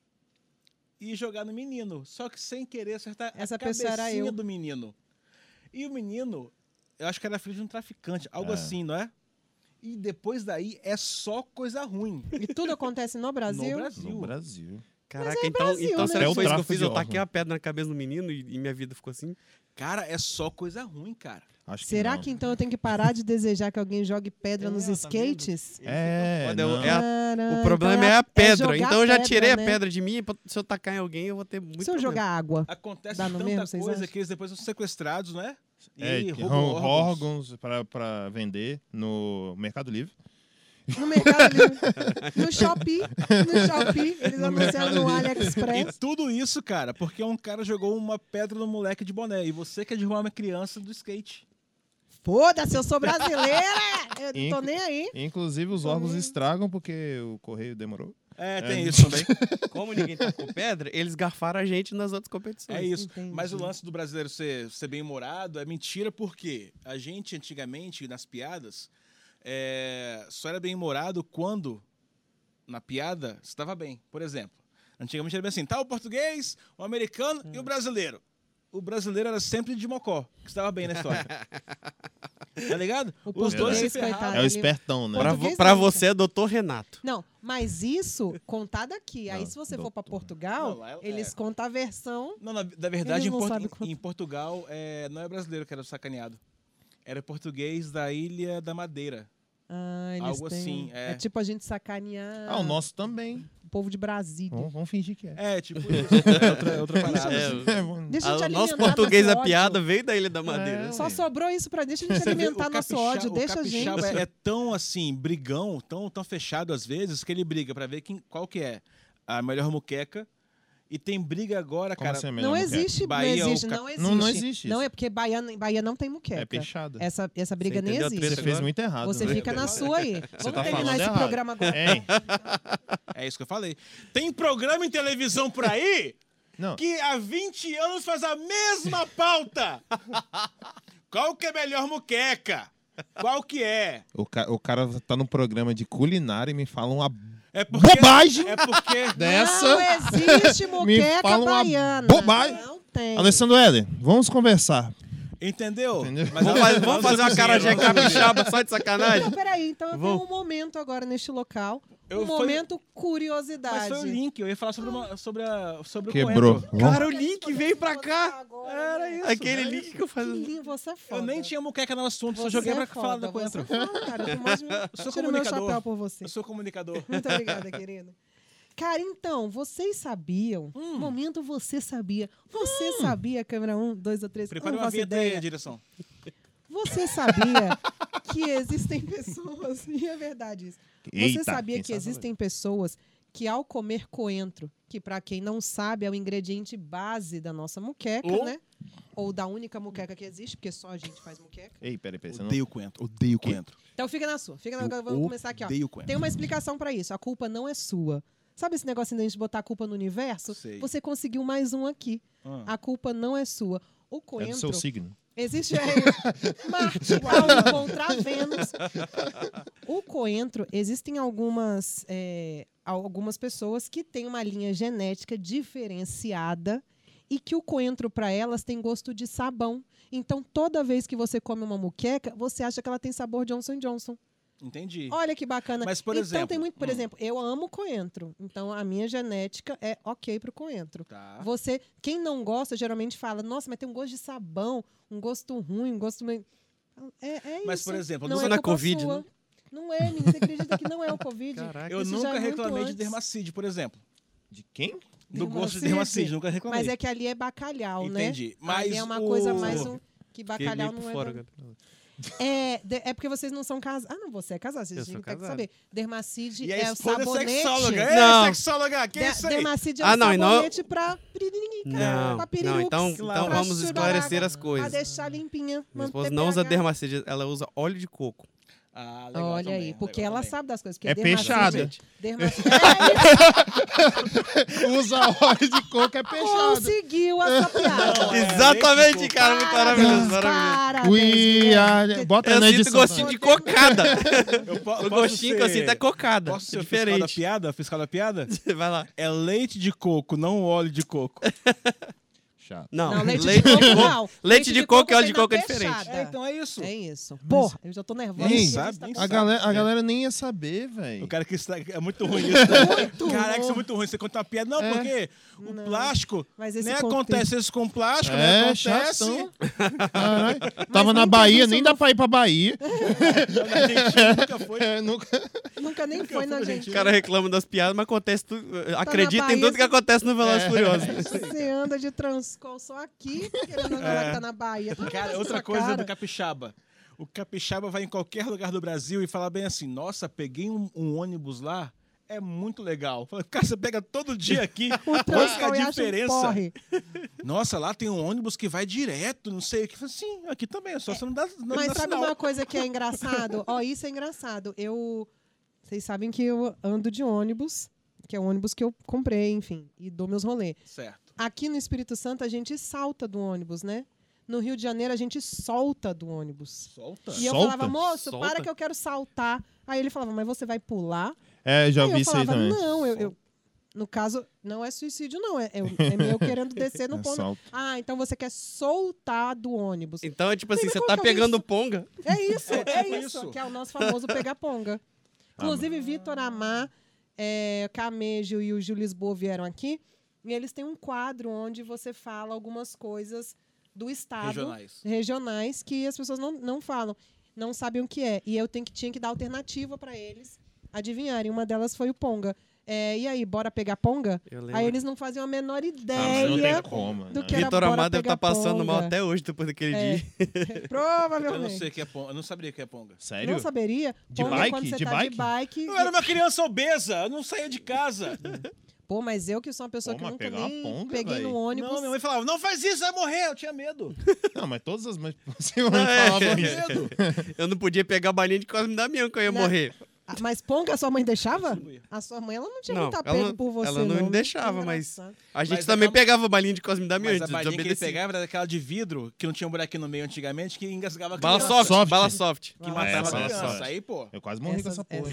e jogar no menino. Só que sem querer acertar Essa a pessoa era cabecinha eu. do menino. E o menino, eu acho que era filho de um traficante, algo assim, não é? E depois daí é só coisa ruim. E tudo acontece no Brasil? No Brasil. Caraca, é então, Brasil, então né? será É que o foi isso que eu tráfico fiz? de Eu taquei órgãos. a pedra na cabeça do menino e minha vida ficou assim? Cara, é só coisa ruim, cara. Acho que Será não. que então eu tenho que parar de desejar que alguém jogue pedra nos tá skates? não. O problema é a pedra. jogar Então eu já pedra, tirei né? a pedra de mim. Se eu tacar em alguém, eu vou ter muito Se eu problema. jogar água. Acontece Dá no tanta mesmo, vocês coisa acham? que eles depois são sequestrados, né? E Que roubam órgãos. órgãos pra vender no Mercado Livre. No Mercado Livre. No Shopee. No Shopee. Eles anunciaram no E AliExpress. tudo isso, cara, porque um cara jogou uma pedra no moleque de boné. E você quer derrubar uma criança do skate. Foda-se, eu sou brasileira! Eu não tô nem aí. Inclusive, os órgãos estragam porque o correio demorou. É, tem isso também. Como ninguém tacou pedra, eles garfaram a gente nas outras competições. É isso. Entendi. Mas o lance do brasileiro ser bem-humorado é mentira porque a gente, antigamente, nas piadas, só era bem-humorado quando, na piada, você estava bem. Por exemplo, antigamente era bem assim, tá o português, o americano e o brasileiro. O brasileiro era sempre de mocó, que estava bem na história. Tá ligado? O Os dois se português, ferraram. coitado. É o ele- espertão, né? Português Pra não, você é doutor Renato. Não, mas isso contado aqui. Aí Não, se você for pra doutor. Portugal, Não, lá eles contam a versão. Não, na verdade, Eles não sabem em Portugal, não é brasileiro que era sacaneado. Era português da Ilha da Madeira. Ah, eles Algo têm- assim, é. É tipo a gente sacanear O nosso também. o povo de Brasília. Vamos fingir que é. É, tipo isso. É outra parada. Deixa a gente O nosso alimentar português nosso da ódio. piada veio da Ilha da Madeira. Só sobrou isso pra deixa a gente alimentar nosso ódio. Deixa a gente. O capixaba é tão assim, brigão, tão fechado às vezes, que ele briga pra ver qual que é a melhor muqueca. E tem briga agora, Como cara. assim, a Não melhor muqueca? existe, Bahia, não existe, o não existe. Não existe Não isso. é porque Bahia não tem muqueca. É peixada. Essa briga Você nem entendeu a existe. treta Você fez agora? muito errado. Você né? fica na sua aí. Vamos tá terminar falando esse errado. programa agora. Hein? É isso que eu falei. Tem programa em televisão por aí Não. que há 20 anos faz a mesma pauta. Qual que é a melhor muqueca? Qual que é? O cara tá no programa de culinária e me fala uma É porque, bobagem É porque dessa. Não existe muqueca fala uma baiana. bobagem. Não tem. Alessandro Éder, vamos conversar. Entendeu? Entendeu? Mas Vamos fazer uma carajé capixaba só de sacanagem? Então, peraí. Então eu tenho Vamos. um momento agora neste local. Eu- Um foi- momento Mas curiosidade. foi o link, eu ia falar sobre o Quebrou. coentro. Cara, o link veio pra cá. Era isso. Aquele link que eu Que fazia. lindo, você é foda. Eu nem tinha muqueca no assunto, só Você joguei é pra falar foda, do coentro. Você é foda, cara. Eu mais sou tiro meu comunicador. chapéu por você. Eu sou comunicador. Muito obrigada, querida. Cara, então, vocês sabiam? Momento você sabia. Você sabia, câmera 1, 2 ou 3? Prepare eu não uma faço vinheta aí, ideia. direção. Você sabia que existem pessoas, e é verdade isso. Você Eita, sabia quem que sabe existem pessoas que ao comer coentro, que pra quem não sabe é o ingrediente base da nossa muqueca, Ou- né? Ou da única muqueca que existe, porque só a gente faz muqueca. Ei, peraí, você não... Odeio coentro, odeio coentro. Então fica na sua. Eu Vamos começar aqui, ó. odeio coentro. Tem uma explicação pra isso. A culpa não é sua. Sabe esse negocinho da gente botar a culpa no universo? Sei. Você conseguiu mais um aqui. Ah. A culpa não é sua. O É do coentro... seu signo. Existe Marte ao contra Vênus. O coentro, existem algumas pessoas que têm uma linha genética diferenciada e que o coentro, para elas, tem gosto de sabão. Então, toda vez que você come uma muqueca, você acha que ela tem sabor Johnson & Johnson. Entendi. Olha que bacana. Mas, por então, exemplo, tem muito, por exemplo, eu amo coentro. Então, a minha genética é ok pro coentro. Tá. Você, quem não gosta, geralmente fala, nossa, mas tem um gosto de sabão, um gosto ruim, um gosto meio... É Mas, isso. por exemplo, não isso é não é culpa Covid, sua. não? Não é, menino. Você acredita que não é o Covid? Caraca. Eu Isso nunca já é muito reclamei de antes. dermacide, por exemplo. De quem? Do gosto de Dermacide. dermacide, nunca reclamei. Mas é que ali é bacalhau, né? Entendi. Mas Ali é uma coisa mais o- que bacalhau não é... fora, da- cara. É porque vocês não são casados. Ah, não, você é casado, vocês têm que saber. Dermacide E a é o esposa sabonete. É sexóloga. Não. Sexóloga, que é isso aí? Dermacide é o sabonete pra Não, então vamos esclarecer as Pra coisas. deixar limpinha. Minha esposa não usa dermacide, ela usa óleo de coco. Ah, legal Olha também, aí, porque legal ela também. sabe das coisas. É peixada. Dermacide. Usa óleo de coco, é peixado. Conseguiu a sua piada. Não, Exatamente, leite de cara, muito maravilhoso. Parabéns, Bota Eu na sinto edição. gostinho de cocada. Eu O gostinho que eu sinto é cocada. Posso ser o Diferente. fiscal da piada? Vai lá. É leite de coco, não óleo de coco. Chato. Não, leite de coco não. Leite de coco e óleo de tem coco é na diferente. peixada. Então é isso. É isso. Porra, eu já tô nervosa. Ei, sabe, nem A galera nem ia saber, O velho. cara que está... É muito ruim isso. Muito Caraca, ruim. isso é muito ruim. Você conta uma piada. Não, porque o plástico... Mas esse Nem contexto- acontece isso com plástico, né? Acontece. Chatão. Caralho. Tava na Bahia, nem dá pra ir pra Bahia. Na Argentina nunca foi. Nunca nem foi na O Argentina. cara reclama das piadas, mas acontece tudo. Acredita em Bahia, tudo que acontece no Velozes e Furiosos. Você anda de Transcol só aqui, querendo falar que tá na Bahia. Tá Cara, na outra sua coisa cara. do capixaba. O capixaba vai em qualquer lugar do Brasil e fala bem assim, nossa, peguei um ônibus lá, é muito legal. Fala, cara, você pega todo dia aqui, O qual que é Transcol a acha um diferença? porre. Nossa, lá tem um ônibus que vai direto, não sei o que. Fala, sim, aqui também, só você não dá Mas dá sabe sinal. uma coisa que é engraçado? Ó, isso é engraçado. Vocês sabem que eu ando de ônibus, que é o ônibus que eu comprei, enfim, e dou meus rolês. Certo. Aqui no Espírito Santo a gente salta do ônibus, né? No Rio de Janeiro a gente solta do ônibus. Solta. E eu Solta? falava, moço, Solta? para que eu quero saltar. Aí ele falava, mas você vai pular? É, já Aí ouvi eu isso aí falava, também. não, no caso, não é suicídio, não. É meu querendo descer no ponto. Salto. Ah, então você quer soltar do ônibus. Então é tipo assim, Mas você como tá que alguém pegando ponga. É isso, é tipo isso, isso. que é o nosso famoso pegar-ponga. Inclusive, Vitor Amar, Camejo e o Gil Lisboa vieram aqui e eles têm um quadro onde você fala algumas coisas do estado, regionais que as pessoas não falam, não sabem o que é. E eu tinha que dar alternativa para eles adivinharem. Uma delas foi o ponga. E aí, bora pegar ponga? Eu lembro. Aí eles não faziam a menor Mas ideia não tem como, do né? que era Vitor bora Amado deve pegar estar passando mal ponga. até hoje, depois daquele dia. Eu não Provavelmente. sei o que é ponga. Eu não saberia o que é ponga. Sério? Não saberia? De Ponga é bike? quando você De tá bike? de bike. Eu era uma criança obesa, eu não saía de casa. Pô, mas eu que sou uma pessoa Pô, que mas nunca pegar uma nem ponga, peguei véi. no ônibus. Não, minha mãe falava, não faz isso, vai morrer. Eu tinha medo. Não, mas todas as mães possíveis É. falavam Medo. Eu não podia pegar a balinha de Cosme Damião que eu ia Não. morrer. Ah, mas ponga a sua mãe deixava? A sua mãe, ela não tinha Não, muito ela apego não- por você, ela não não. me deixava, Que mas- engraçado. A gente Mas também aquela- pegava a balinha de Cosme Damião Mas a antes, balinha que ele desobedecia. pegava era daquela de vidro, que não tinha um buraquinho no meio antigamente, que engasgava a Bala criança. soft, Soft. bala soft. Que Ah, matava a bala criança. soft. Aí, pô. Eu quase morri com Essas- essa porra.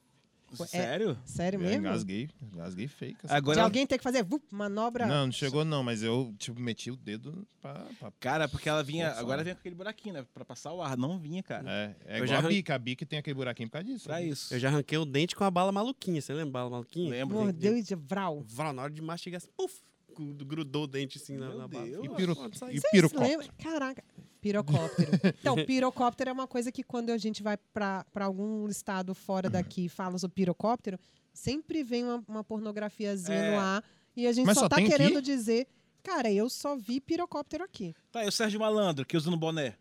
Sério? Sério Eu mesmo? engasguei fake. essa Agora, De alguém ter que fazer manobra? Não, não chegou não, mas eu, tipo, meti o dedo pra... cara, porque ela vinha. Forçar. Agora vinha com aquele buraquinho, né? Pra passar o ar. Não vinha, cara. É Eu igual já a Bica tem aquele buraquinho por causa disso. Pra isso. Eu já arranquei o dente com a bala maluquinha. Você lembra a bala maluquinha? Lembro. Mordeu e de vral. Vral, na hora de mastigar, assim, puf, grudou o dente assim na bala. Deus. E, Pronto, saiu. e Vocês pirocóptero. lembram? Caraca. Pirocóptero. Então, pirocóptero é uma coisa que quando a gente vai pra algum estado fora daqui e fala sobre pirocóptero, sempre vem uma pornografiazinha no ar e a gente Mas só só tá tem querendo aqui? dizer, cara, eu só vi pirocóptero aqui. Tá, e o Sérgio Malandro, que usa no boné.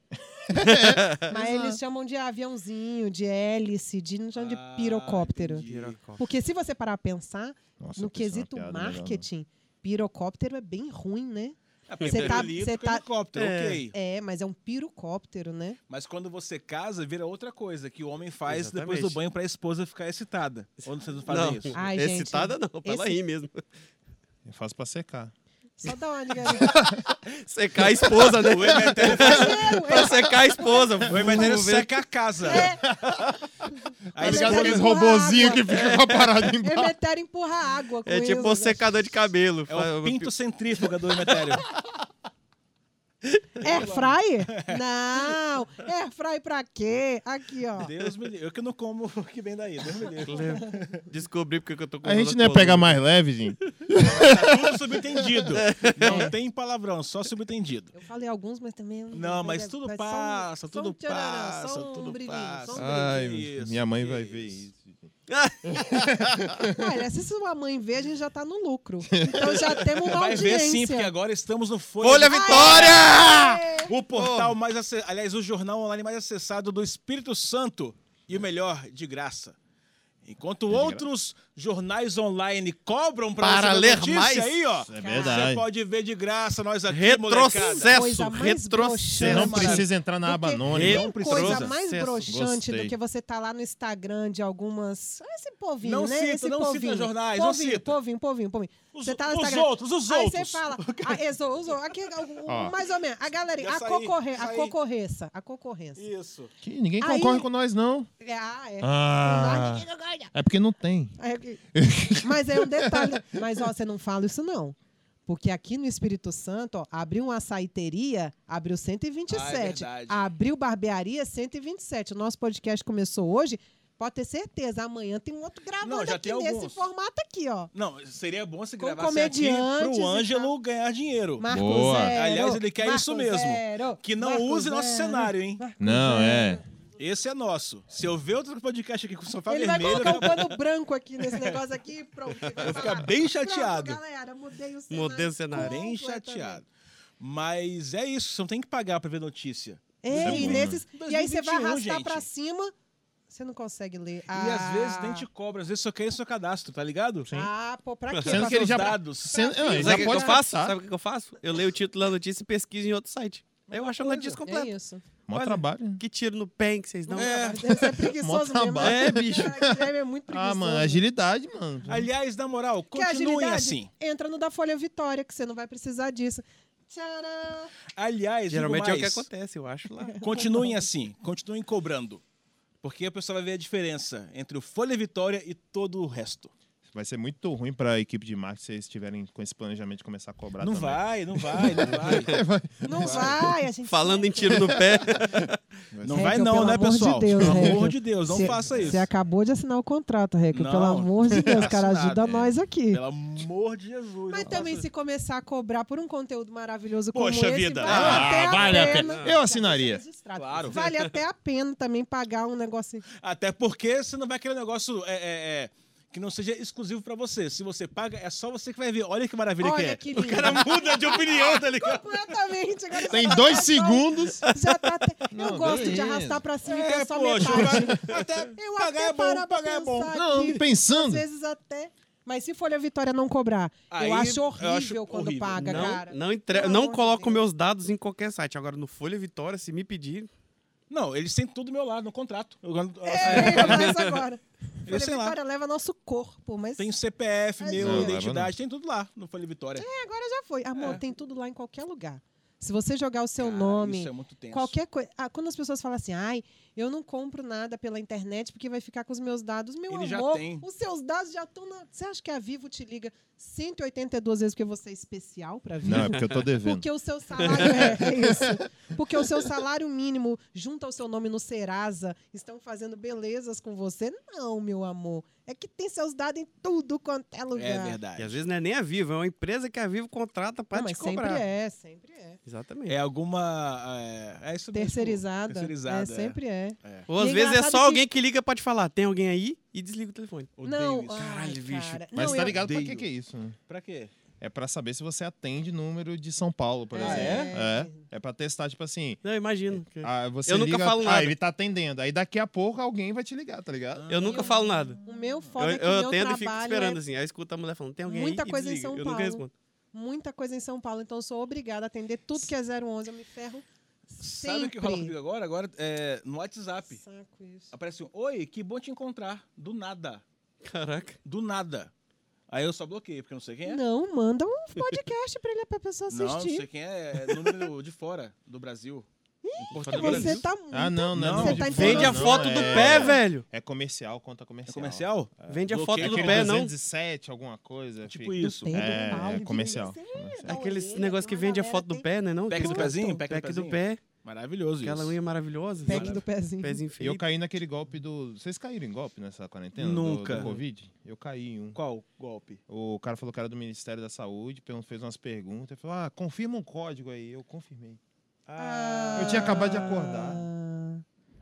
Mas eles chamam de aviãozinho, de hélice, não chamam de Ah, pirocóptero. entendi. Pirocóptero. Porque se você parar a pensar, Nossa, no eu pensei uma quesito piada melhor, marketing, pirocóptero é bem ruim, né? Você Você tá- lido você com tá- helicóptero, É. ok. É, mas é um pirocóptero, né? Mas quando você casa, vira outra coisa, que o homem faz Exatamente. depois do banho pra esposa ficar excitada. Ou vocês não fazem Não, isso? Ai, gente, excitada não, pra ela esse- rir mesmo. Eu faço pra secar. Só dá uma liga. Secar a esposa, né? O Emetério faz... Pra secar a esposa. O Emetério Vamos ver. seca a casa. Aí Tá você ligado põe- aqueles Aqueles empurra robozinhos água. que ficam com a parada embaixo. Emetério empurra água com É tipo isso, um secador de cabelo. É o pinto centrífuga do Emetério. Airfryer? Não. Airfryer pra quê? Aqui, ó. Deus me livre. Eu que não como o que vem daí. Deus me livre. Descobri porque que eu tô com A gente rosa não ia colorida. pegar mais leve, gente? Tá tudo subentendido. Não tem palavrão, só subentendido. Eu falei alguns, mas também... Não, mas tudo só um- passa, só tudo um tchararã, passa, só um tudo brilhinho, passa. só um Ai, Isso, minha mãe vai isso. ver isso. Olha, se sua mãe ver, a gente já tá no lucro. Então já temos uma Vai audiência. ver sim, porque agora estamos no Folha Vitória! O portal mais aliás, o jornal online mais acessado do Espírito Santo. E o melhor, de graça. Enquanto outros jornais online cobram para ler notícia mais, aí, ó. É verdade. Você pode ver de graça, nós aqui, Retrocesso, Coisa mais retrocesso. Você não Maravilha. precisa entrar na aba Porque anônima. Não tem precisa. coisa mais Processo. broxante Gostei. do que você tá lá no Instagram de algumas... Esse povinho, Não né? cita, Esse não cita povinho. jornais, não Povinho, cita. Povinho. Você tá no Os Instagram. outros. Aí você fala... Aqui, Ó. mais ou menos. A galerinha, Já a concorrência. Isso. Que ninguém Aí- concorre com nós, não. É. É porque não tem. Mas é um detalhe. Mas, ó, você não fala isso, não. Porque aqui no Espírito Santo, ó, abriu uma açaiteria, abriu 127. Ah, é verdade. Abriu barbearia, 127. O nosso podcast começou hoje. Pode ter certeza, amanhã tem um outro gravando Não, já aqui tem nesse alguns. formato aqui, ó. Não, seria bom se Com gravasse aqui comediantes pro e Ângelo ganhar dinheiro. Marco Boa. Zero. Aliás, ele quer Marco isso mesmo. Zero, Que não Marco use nosso Zero, cenário, hein? Marco Não, Zero. Esse é nosso. Se eu ver outro podcast aqui com o sofá Ele vai vermelho, colocar um pano branco aqui nesse negócio aqui e pronto. eu vou ficar bem chateado. Pronto, galera, mudei o cenário. Mudei o cenário. Bem completamente. chateado. Mas é isso, você não tem que pagar pra ver notícia. É, e, bom, nesses, e aí você vai 2021, arrastar gente. pra cima, você não consegue ler. E às vezes nem te cobra, às vezes só quer seu cadastro, tá ligado? Sim. Pô, pra quê? Sendo Pra que ele Seus já- dados. Não, ele Sabe já o que pode eu faço? passar. Sabe o que eu faço? Eu leio o título da notícia e pesquiso em outro site. Aí eu acho a notícia É completa. isso. Mó Olha, trabalho. Que tiro no pé hein, que vocês dão. É. Você é preguiçoso Mó mesmo. trabalho. né? É, bicho. Cara, Guilherme é muito preguiçoso. Ah, mano, agilidade, mano. Aliás, na moral, Que continuem agilidade assim. entra no da Folha Vitória, que você não vai precisar disso. Tcharam! Aliás, Geralmente digo é o que mais, acontece, eu acho lá. continuem assim, continuem cobrando. Porque a pessoa vai ver a diferença entre o Folha Vitória e todo o resto. Vai ser muito ruim pra equipe de marketing se eles estiverem com esse planejamento de começar a cobrar Não também. vai, não vai. Não vai, a gente Falando em tiro no pé. Não Reca, vai não, pelo né, amor de pessoal? Deus, Pelo Reca. amor de Deus, não Cê- faça isso. Você acabou de assinar o contrato, Reca. Não, Pelo amor de Deus, cara, assinado, ajuda é. nós aqui. Pelo amor de Jesus. Mas não também faça se começar a cobrar por um conteúdo maravilhoso Poxa como esse, vida. vale Ah, até vale a a pena. pena. Eu assinaria. Claro. Vale até a pena também pagar um negócio. Até porque você não vai querer um negócio que não seja exclusivo pra você. Se você paga, é só você que vai ver. Olha que maravilha Olha que é. que O lindo. cara muda de opinião, tá ligado? Completamente. Agora Tem você 2 tá- segundos. Já tá até... Eu Não, gosto de beleza. arrastar pra cima e ter só poxa, metade. até Eu pagar até é bom, parar pra pagar é bom. pensar Não, aqui. pensando. Às vezes até... Mas se Folha Vitória não cobrar, Aí, eu acho eu horrível acho quando horrível. paga, cara. Não Pelo amor de coloco Deus. meus dados em qualquer site. Agora, no Folha Vitória, se me pedir... Não, eles têm tudo do meu lado, no contrato. Mas agora. Folha sei lá. Vitória leva nosso corpo, mas Tem CPF, Mas meu, não, identidade, tem tudo lá no Folha Vitória. agora já foi. Amor, É. tem tudo lá em qualquer lugar. Se você jogar o seu Cara, nome, Isso é muito tenso. qualquer coisa. Quando as pessoas falam assim, ai, eu não compro nada pela internet porque vai ficar com os meus dados. Meu Ele já amor, tem. os seus dados já estão na. Você acha que a Vivo te liga 182 vezes porque você é especial pra Vivo? Não, é porque eu tô devendo. Porque o seu salário é isso. Porque o seu salário mínimo, junto ao seu nome no Serasa, estão fazendo belezas com você? Não, meu amor. É que tem seus dados em tudo quanto é lugar. É E verdade. às vezes não é nem a Vivo, é uma empresa que a Vivo contrata pra Não, te mas cobrar. sempre é. Exatamente. É alguma... É isso mesmo. Terceirizada. Terceirizada, Sempre é. Ou às E é vezes é engraçado só que- alguém que liga pra te falar, tem alguém aí? E desliga o telefone. Odeio Não, isso. Caralho, ai, bicho. cara. Mas Não, tá eu- ligado pra odeio. que é isso, né? Pra quê? É pra saber se você atende número de São Paulo, por Ah, exemplo. é? É pra testar, tipo assim... Não, eu imagino. Você Eu nunca liga, falo nada. ele tá atendendo. Aí daqui a pouco alguém vai te ligar, tá ligado? Eu nunca falo nada. O meu foda é que Eu meu atendo e fico trabalho esperando é assim. Aí eu escuto a mulher falando, tem alguém muita aí? E coisa em desliga. São Eu nunca Paulo. respondo. muita coisa em São Paulo, então eu sou obrigada a atender tudo que é 011. Eu me ferro Sabe o que rola comigo agora? Agora, no WhatsApp. Saco isso. Aparece um, oi, que bom te encontrar. Do nada. Caraca. Do nada. Aí eu só bloqueei, porque eu não sei quem é. Não, manda um podcast pra ele, pra pessoa Não, não assistir. sei quem é. É número de fora do Brasil. Porque você tá muito... Ah, não, Você tá Vende a Não, foto do pé, velho. É comercial, conta É comercial. comercial? Vende a Bloqueia foto do aquele pé, não. 207, alguma coisa. Tipo fica- isso. Dedo, É, pau, é de comercial. Deus. comercial. Aqueles orelha, negócio que uma vende a galera foto do tem- pé, né? Não? Pack do Tudo. pezinho? Pack Pack do pezinho. pé. Maravilhoso Aquela isso. unha maravilhosa. Pack do pezinho. Pezinho E feio. eu caí naquele golpe do... Vocês caíram em golpe nessa quarentena? Nunca. Do Covid? Eu caí em um. Qual golpe? O cara falou que era do Ministério da Saúde, fez umas perguntas. Ele falou, confirma um código aí. Eu confirmei. Ah, Eu tinha acabado de acordar.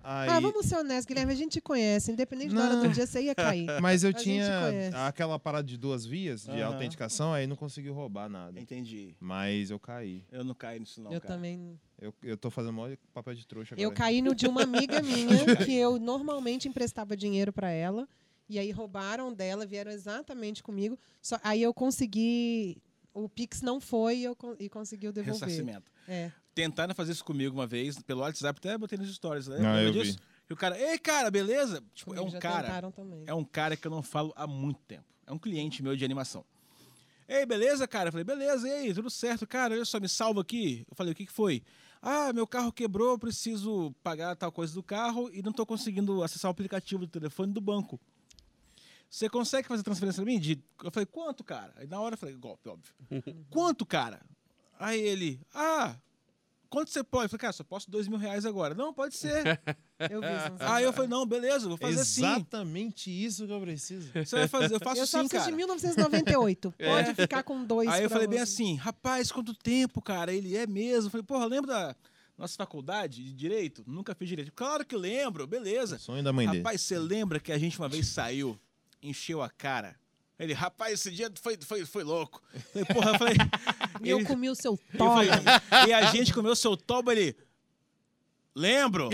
Aí... vamos ser honestos, Guilherme, a gente te conhece. Independente da hora do dia, você ia cair. Mas eu tinha aquela parada de 2 vias de autenticação, aí não conseguiu roubar nada. Entendi. Mas eu caí. Eu não caí nisso não, Eu cara. também... Eu tô fazendo maior papel de trouxa agora. Eu caí no de uma amiga minha, que eu normalmente emprestava dinheiro pra ela. E aí roubaram dela, vieram exatamente comigo. Aí eu consegui... O Pix não foi e conseguiu devolver. Ressarcimento. É. Tentaram fazer isso comigo uma vez, pelo WhatsApp, até botei nas stories, né? Não, eu disso? E o cara, ei, cara, beleza? Tipo, Comigo já tentaram também. é um cara que eu não falo há muito tempo. É um cliente meu de animação. Ei, beleza, cara? Eu falei, beleza, e aí, tudo certo? Cara, olha só, me salva aqui. Eu falei, o que foi? Ah, meu carro quebrou, eu preciso pagar tal coisa do carro e não tô conseguindo acessar o aplicativo do telefone do banco. Você consegue fazer transferência pra mim? Eu falei, quanto, cara? Aí na hora eu falei, golpe, óbvio. Quanto, cara? Aí ele, quanto você pode? Eu falei, cara, só posso R$2.000 agora. Não, pode ser. Eu vi isso. Aí eu falei, não, beleza, vou fazer assim. Exatamente isso que eu preciso. Você vai fazer, eu faço Eu só assim, preciso cara. de 1998. Pode ficar com 2. Aí eu falei bem assim, rapaz, quanto tempo, cara? Ele é mesmo. Eu falei, porra, lembra da nossa faculdade de Direito? Nunca fiz Direito. Claro que lembro, beleza. Sonho da mãe dele. Rapaz, você lembra que a gente uma vez saiu, encheu a cara? Ele, rapaz, esse dia foi louco. Eu falei, porra, eu falei... E eu comi o seu Eu toba. falei, e a gente comeu o seu toba, ele... Lembro?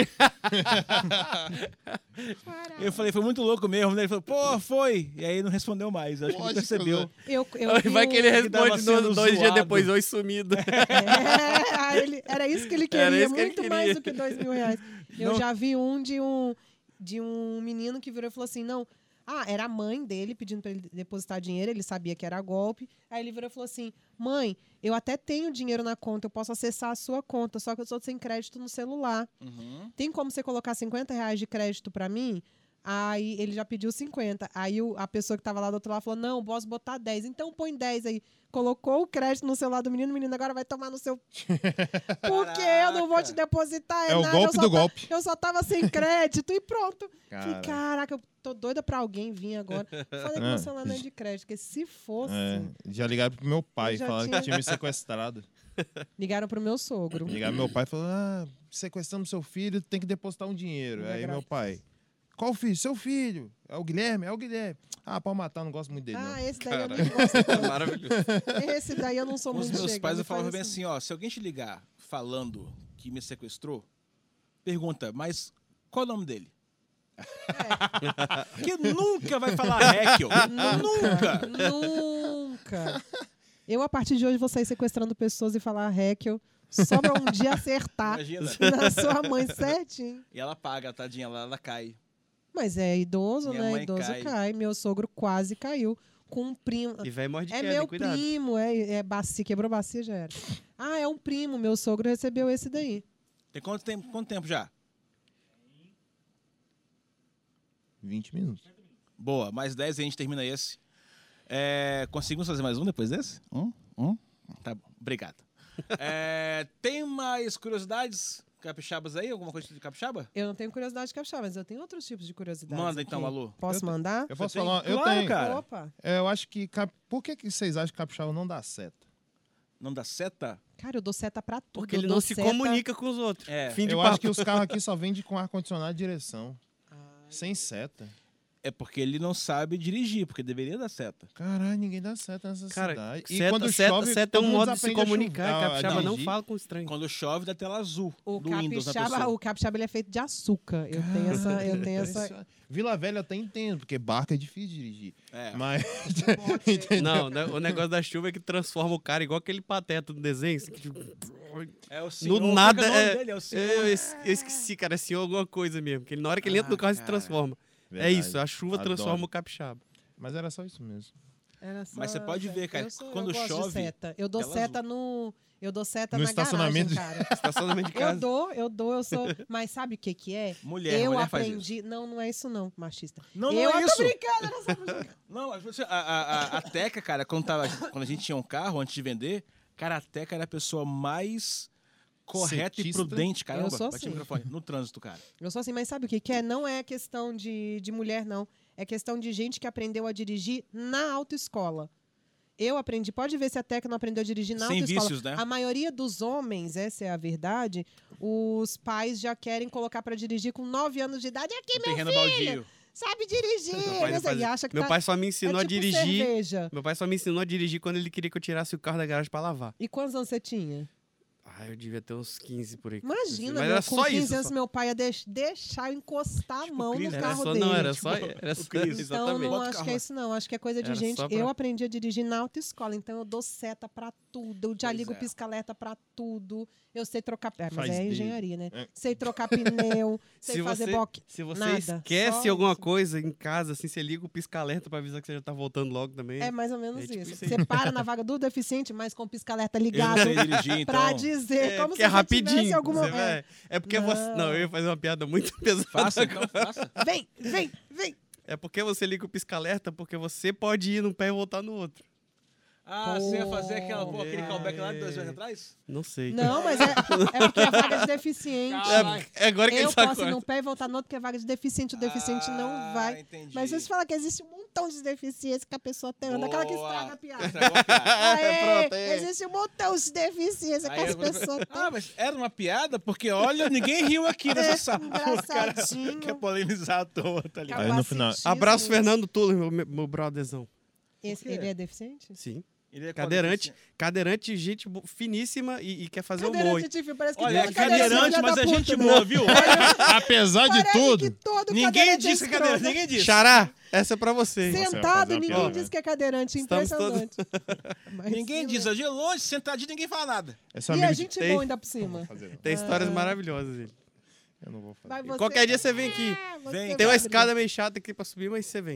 Eu falei, foi muito louco mesmo. Ele falou, pô, foi. E aí não respondeu mais. Acho que ele percebeu. Vai que ele tava responde sendo 2 dias zoado. depois, oi sumido. Era isso que ele queria, Era isso que ele muito queria. mais do que R$2.000. Eu Não. já vi de um menino que virou e falou assim, não... era a mãe dele pedindo para ele depositar dinheiro, ele sabia que era golpe. Aí ele virou e falou assim, mãe, eu até tenho dinheiro na conta, eu posso acessar a sua conta, só que eu estou sem crédito no celular. Tem como você colocar R$50 de crédito para mim? Aí ele já pediu 50. Aí a pessoa que estava lá do outro lado falou, não, posso botar 10. Então põe 10 aí. Colocou o crédito no celular do menino, o menino agora vai tomar no seu... Porque eu não vou te depositar, É o nada. golpe do golpe. Eu só tava sem crédito e pronto. Cara. Falei, caraca, eu tô doida pra alguém vir agora. Falei que meu celular não é de crédito, porque se fosse... Já ligaram pro meu pai, Já falaram tinha. que tinha me sequestrado. Ligaram pro meu sogro. Ligaram pro meu pai e falaram, sequestramos seu filho, tem que depositar um dinheiro. É Aí grátis. meu pai, qual filho? Seu filho. É o Guilherme? É o Guilherme. Pode matar, não gosto muito dele, não. Esse daí eu não gosto tanto. Maravilhoso. Esse daí eu não sou Com os muito meus chegada, pais eu falava faz bem assim, ó, se alguém te ligar falando que me sequestrou, pergunta, mas qual é o nome dele? Que nunca vai falar Heckel. Nunca. Nunca. Eu, a partir de hoje, vou sair sequestrando pessoas e falar Heckel só pra um dia acertar Imagina. na sua mãe certinho. E ela paga, tadinha, ela cai. Mas é idoso, Minha né? mãe Idoso cai. Meu sogro quase caiu com um primo. E vai morde de É queda, meu cuidado. primo, é bacia, quebrou bacia, já era. É um primo, meu sogro recebeu esse daí. Tem quanto tempo já? 20 minutos. Boa, mais 10 e a gente termina esse. Conseguimos fazer mais um depois desse? Tá bom, obrigado. Tem mais curiosidades capixabas aí? Alguma coisa de capixaba? Eu não tenho curiosidade de capixaba, mas eu tenho outros tipos de curiosidades. Manda então, aqui. Malu. Posso mandar? Eu posso tem? falar? Eu Claro, tenho. cara. Opa. Eu acho que... Por que vocês acham que capixaba não dá seta? Não dá seta? Cara, eu dou seta pra tudo. Porque Eu ele dou não se seta- comunica com os outros. Fim de Eu papo. acho que os carros aqui só vendem com ar-condicionado e direção. Sem seta. É porque ele não sabe dirigir, porque deveria dar seta. Caralho, ninguém dá seta nessa Cara, cidade. seta é um todo mundo modo de se aprende a comunicar. chuvar, Capixaba não dirigir. fala com estranho. Quando chove, dá tela azul O do Windows na pessoa. capixaba ele é feito de açúcar. Eu tenho essa. Vila Velha eu até entendo, porque barco é difícil de dirigir. Mas... Não, o negócio da chuva é que transforma o cara igual aquele pateta do desenho. É o senhor. No nada qual que é o nome é. dele? É o senhor. Eu esqueci, cara. É senhor alguma coisa mesmo. Porque na hora que ele entra no carro, se transforma. É isso, a chuva transforma o capixaba. Mas era só isso mesmo. Mas você pode ver, cara, quando eu gosto de chove, seta. Eu dou tela seta no. Eu dou seta No na estacionamento. garagem, cara. Estacionamento de casa. Eu sou. Mas sabe o que que é? Mulher faz isso. aprendi. Não é isso não, machista. Não eu é tô isso. brincando, eu não sou brincando. Não, a Teca, cara, quando a gente tinha um carro antes de vender, cara, a Teca era a pessoa mais correta e Cetista. prudente, caramba. Eu sou bati assim. o microfone, no trânsito, cara. Eu sou assim, mas sabe o que que é? Não é questão de mulher, não. É questão de gente que aprendeu a dirigir na autoescola. Eu aprendi, pode ver se a Teca não aprendeu a dirigir na autoescola. Sem vícios, né? A maioria dos homens, essa é a verdade, os pais já querem colocar pra dirigir com 9 anos de idade. Aqui, meu Terreno filho, baldio. sabe dirigir. E acha que Meu pai só me ensinou a tipo dirigir. cerveja. Meu pai só me ensinou a dirigir quando ele queria que eu tirasse o carro da garagem pra lavar. E quantos anos você tinha? Eu devia ter uns 15 por aí. Imagina, mas meu, era com só 15 isso. anos meu pai ia deixar eu encostar a mão no Cris, Era carro só, dele. não, era só. Tipo, Era só Cris. Então, exatamente. não Bota o acho carro que é lá. isso, não. Acho que é coisa de Era gente. só pra- Eu aprendi a dirigir na autoescola, então eu dou seta pra tudo. Eu já Pois ligo é. pisca-alerta pra tudo. Eu sei trocar. Mas Faz é dedo. engenharia, né? É. Sei trocar pneu, sei Se fazer você, boque. se você nada, esquece só alguma isso. coisa em casa, assim, você liga o pisca-alerta pra avisar que você já tá voltando logo também. É mais ou menos É tipo isso. isso aí. Você para na vaga do deficiente, mas com o pisca-alerta Eu não ligado sei dirigir, então. pra dizer. Como porque se é já tivesse rapidinho. alguma... Você vai- É porque você. Não. Não, eu ia fazer uma piada muito pesada. Faça, então faça. Vem, vem, vem. É porque você liga o pisca-alerta, porque você pode ir num pé e voltar no outro. Ah, você ia fazer aquele É. callback lá de 2 anos atrás? Não sei. Não, mas é porque é vaga de deficiente. É agora que Eu ele posso ir sacou. num pé e voltar no outro, porque é vaga de deficiente. O deficiente não vai. Entendi. Mas você fala que existe um montão de deficiência que a pessoa tem. Aquela que Boa. estraga a piada. Estragou a piada. Aê, pronto, aí. existe um montão de deficiência que Aí as eu vou- pessoas têm. Ah, mas era uma piada? Porque, olha, ninguém riu aqui nessa sala. O cara engraçadinho. quer polemizar à toa, tá ligado? Aí no final- Capacitismo. Abraço, Fernando Tuller, meu brotherzão. Ele é deficiente? Sim. Ele é Cadeirante, cadeirante, gente finíssima e quer fazer humor. Cadeirante, Tiffy, parece que Olha, é todo cadeirante, filha mas da é puta, gente né? boa, viu? Apesar de Parece tudo, que todo Ninguém cadeirante disse que é escroto. cadeirante, ninguém disse. Xará, essa é pra você. Você vai Sentado, fazer uma ninguém piada, diz né? que é cadeirante. Estamos Impressionante. Mas Ninguém sim, diz, né? de longe, sentadinho, ninguém fala nada. essa E amiga a de... gente tem- boa ainda por cima. Fazer, não. Tem histórias maravilhosas. Ele. Eu não vou fazer. Vai você. Qualquer dia você vem aqui. Você Vem. vai Tem uma abrir. escada meio chata aqui pra subir, mas você vem.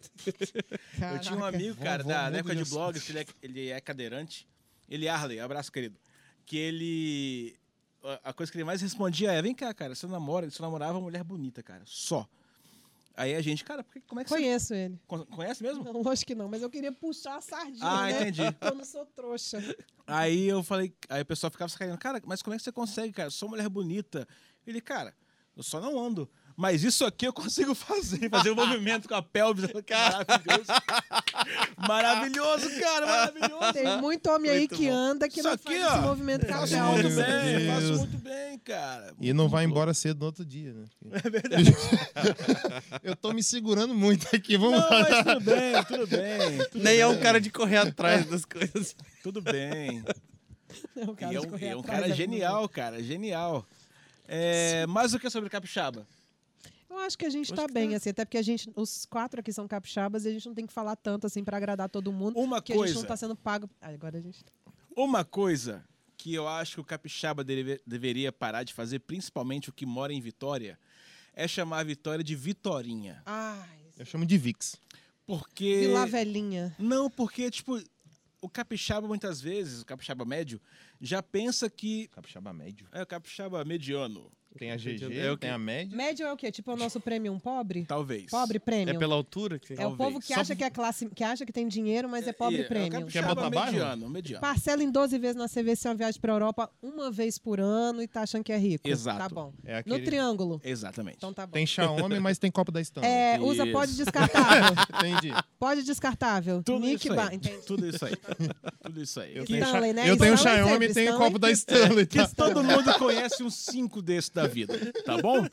Eu tinha um Caraca. amigo, cara, Vamos da época de disso. blogs, que ele é cadeirante. Ele é Arley, abraço, querido. Que ele... A coisa que ele mais respondia é, vem cá, cara, você namorava uma mulher bonita, cara, só. Aí a gente, cara, como é que Conheço ele. você... Conhece mesmo? Não, lógico que não, mas eu queria puxar a sardinha, Ah, né? entendi. Eu não sou trouxa. Aí eu falei, aí o pessoal ficava sacaneando, cara, mas como é que você consegue, cara? Sou mulher bonita. Ele, cara, eu só não ando. Mas isso aqui eu consigo fazer um movimento com a pelvis. Maravilhoso. Maravilhoso, cara, maravilhoso. Tem muito homem aí Muito que bom. anda que Isso não aqui, faz ó, esse movimento com a Faço pelvis. muito Meu bem, Deus. faço muito bem, cara. E não vai embora cedo no outro dia, né? É verdade. Eu tô me segurando muito aqui, vamos Não, lá. mas tudo bem, tudo bem. Tudo Nem é um bem, cara de correr atrás das coisas. Tudo bem. É um E cara é de um, correr é um atrás cara da genial, cara, genial. É, mais o que sobre capixaba? Eu acho que a gente Acho tá que bem, tá. assim, até porque os 4 aqui são capixabas e a gente não tem que falar tanto, assim, pra agradar todo mundo, Uma porque a gente não coisa, tá sendo pago. Agora a gente... uma coisa que eu acho que o capixaba deveria parar de fazer, principalmente o que mora em Vitória, é chamar a Vitória de Vitorinha. Ai, Eu chamo de VIX. Porque... Vila Velhinha. Não, porque, tipo, o capixaba muitas vezes, o capixaba médio, já pensa que Capixaba médio. é o capixaba mediano, Tem a GG, É o tem quê? a média. Médio é o quê? Tipo o nosso premium pobre? talvez. Pobre É premium. pela altura? Que... É o povo que Só- acha que é classe, que acha que tem dinheiro, mas é pobre o premium. Quer capixaba botar bairro? mediano, mediano. Parcela em 12 vezes na CVC uma viagem pra Europa uma vez por ano e tá achando que é rico. Exato. Tá bom. É No aquele... triângulo. Exatamente. Então tá bom. Tem Xiaomi, mas tem copo da Stanley. É, usa Isso. pode descartável. Entendi. Pode descartável. Tudo Nick isso aí. Bar. Entendi. Tudo isso aí. Tudo isso aí. Eu Que- tenho, Stanley, né? eu tenho Stanley Xiaomi sempre, e tenho Stanley. copo da Stanley. que Tá? todo mundo conhece uns 5 desses da vida, tá bom?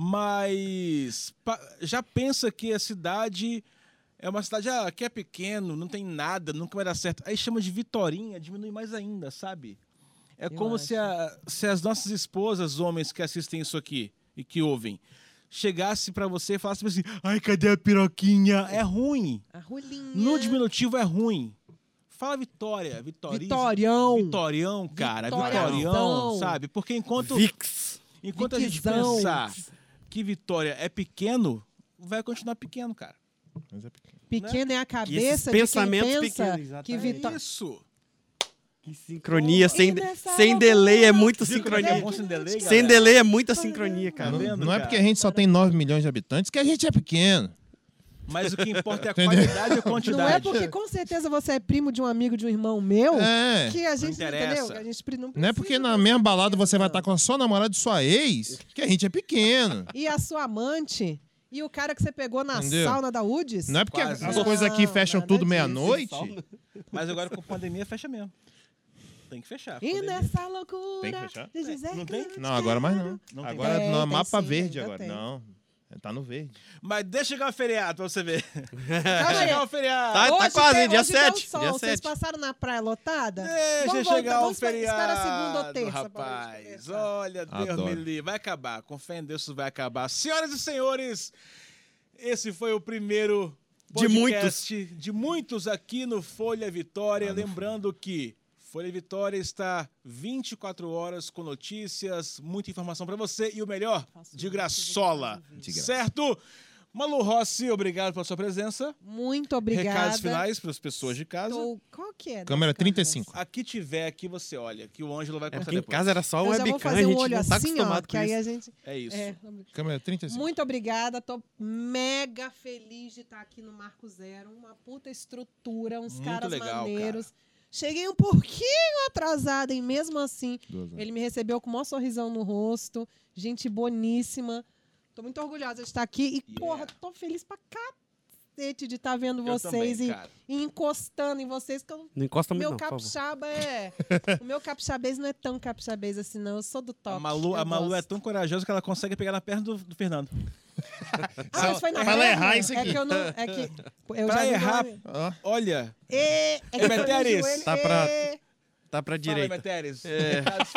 Mas já pensa que a cidade é uma cidade que é pequeno, não tem nada, nunca vai dar certo. Aí chama de Vitorinha, diminui mais ainda, sabe? É como se as nossas esposas, homens que assistem isso aqui e que ouvem, chegasse pra você e falasse assim, ai, cadê a piroquinha? É ruim. A rolinha. No diminutivo é ruim. Fala Vitória, Vitorize. Vitorião. Vitorião, cara. Vitoriazão. Vitorião, sabe? Porque enquanto a gente Viquizão. pensar que Vitória é pequeno, vai continuar pequeno, cara. Mas é pequeno. Pequena é a E esses cabeça de quem pensamentos pensa pequenos, que exatamente. Vitória... Isso. Que sincronia. Sem nessa delay é muita Viu como é que sincronia. é bom sem delay, Sem galera? delay é muita sincronia, cara. Tá vendo, Não é cara? porque a gente só tem 9 milhões de habitantes que a gente é pequeno. Mas o que importa é a Entendeu? qualidade e a quantidade. Não é porque com certeza você é primo de um amigo de um irmão meu É. que a gente interessa. entendeu? Que a gente não Não é porque na mesma balada você vai estar com a sua namorada e sua ex que a gente é pequeno. E a sua amante e o cara que você pegou na Entendeu? sauna da UDS. Não é porque Quase. as coisas aqui fecham Nada tudo disso. meia-noite. Mas agora com a pandemia fecha mesmo. Tem que fechar. E nessa loucura. Tem que fechar? De dizer Não que tem? Não, agora mais não. Não tem. Agora Tem, no tem mapa sim, verde ainda agora. tem. Não, tá no verde. Mas deixa chegar o feriado pra você ver. Calma aí. Chegar o feriado. Tá Hoje quase, tem- dia hoje deu 7, sol. dia Vocês 7. passaram na praia lotada? Deixa Vamos chegar voltar, o vamos feriado, esperar segunda ou terça pra gente rapaz. conversar. Olha, Deus Adoro. me livre. Vai acabar. Com fé em Deus isso vai acabar. Senhoras e senhores, esse foi o primeiro De podcast de muitos aqui no Folha Vitória. Lembrando que Folha Vitória está 24 horas com notícias, muita informação para você e o melhor, de graçola. De graça. Certo? Malu Rossi, obrigado pela sua presença. Muito obrigada. Recados finais para as pessoas de casa. Qual que é? das Câmera câmeras? 35. Aqui tiver, aqui você olha, que o Ângelo vai É contar porque em depois. casa era só o Eu já vou webcam, a fazer um gente olho não tá assim, ó, acostumado que com aí isso. a gente... É isso. Câmera 35. Muito obrigada, tô mega feliz de estar aqui no Marco Zero, uma puta estrutura, uns Muito caras legal, maneiros. Cheguei um pouquinho atrasada e mesmo assim 2 horas. ele me recebeu com o maior sorrisão no rosto, gente boníssima. Tô muito orgulhosa de estar aqui e, porra, tô feliz pra cacete de estar vendo Eu vocês também, e, cara. e encostando em vocês, que eu Não encosta muito meu não, por favor. capixaba é. O meu capixabês não é tão capixabês assim, não. Eu sou do top. A Malu é tão corajosa que ela consegue pegar na perna do Fernando. Ah, mas foi na Pra ela perna? errar isso aqui. É que eu não. É que. Eu Pra já vi errar, nome. Ó, olha. É que foi no Meteris, joelho, tá pra- é. Tá pra Fala aí, direita. Meteres. É. Recados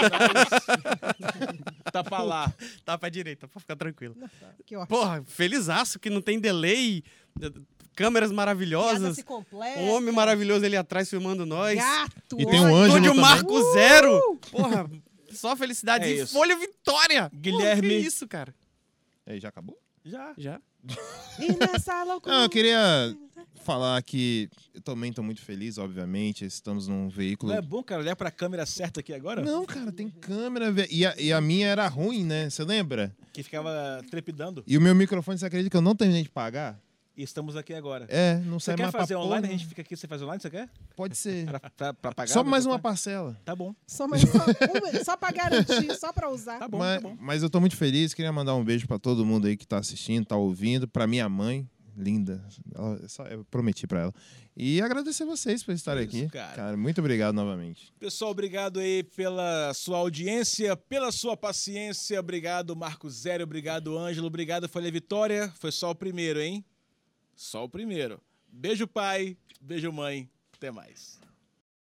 finais. Tá pra lá. Tá pra direita, pra ficar tranquilo. Que ótimo. Porra, felizaço que não tem delay, câmeras Piada maravilhosas, se completa. um homem maravilhoso ali atrás filmando nós. Gato. E tem um olha. Ângelo Estúdio também. Marco Zero. Porra, só felicidade. É E isso. Folha Vitória. Guilherme. Pô, que isso, cara? aí, já acabou? Já. Já? E nessa loucura. Não, eu queria falar que eu também tô muito feliz, obviamente. Estamos num veículo. Não é bom, cara, olhar pra câmera certa aqui agora? Não, cara, tem câmera, velho. E a minha era ruim, né? Você lembra? Que ficava trepidando. E o meu microfone, você acredita que eu não terminei de pagar? E estamos aqui agora. É, não Você sai quer mais fazer pra online? porra. A gente fica aqui, você faz online, você quer? Pode ser. Pra pagar? Só mais uma microfone? parcela. Tá bom, Só pra garantir, só pra usar. tá bom, Mas, tá bom. mas eu tô muito feliz. Queria mandar um beijo pra todo mundo aí que tá assistindo, tá ouvindo. Pra minha mãe, linda. Eu prometi pra ela. E agradecer vocês por estarem Isso, aqui. cara. Muito obrigado novamente. Pessoal, obrigado aí pela sua audiência, pela sua paciência. Obrigado, Marco Zero. Obrigado, Ângelo. Obrigado, Folha Vitória. Foi só o primeiro, hein? Só o primeiro. Beijo, pai. Beijo, mãe. Até mais.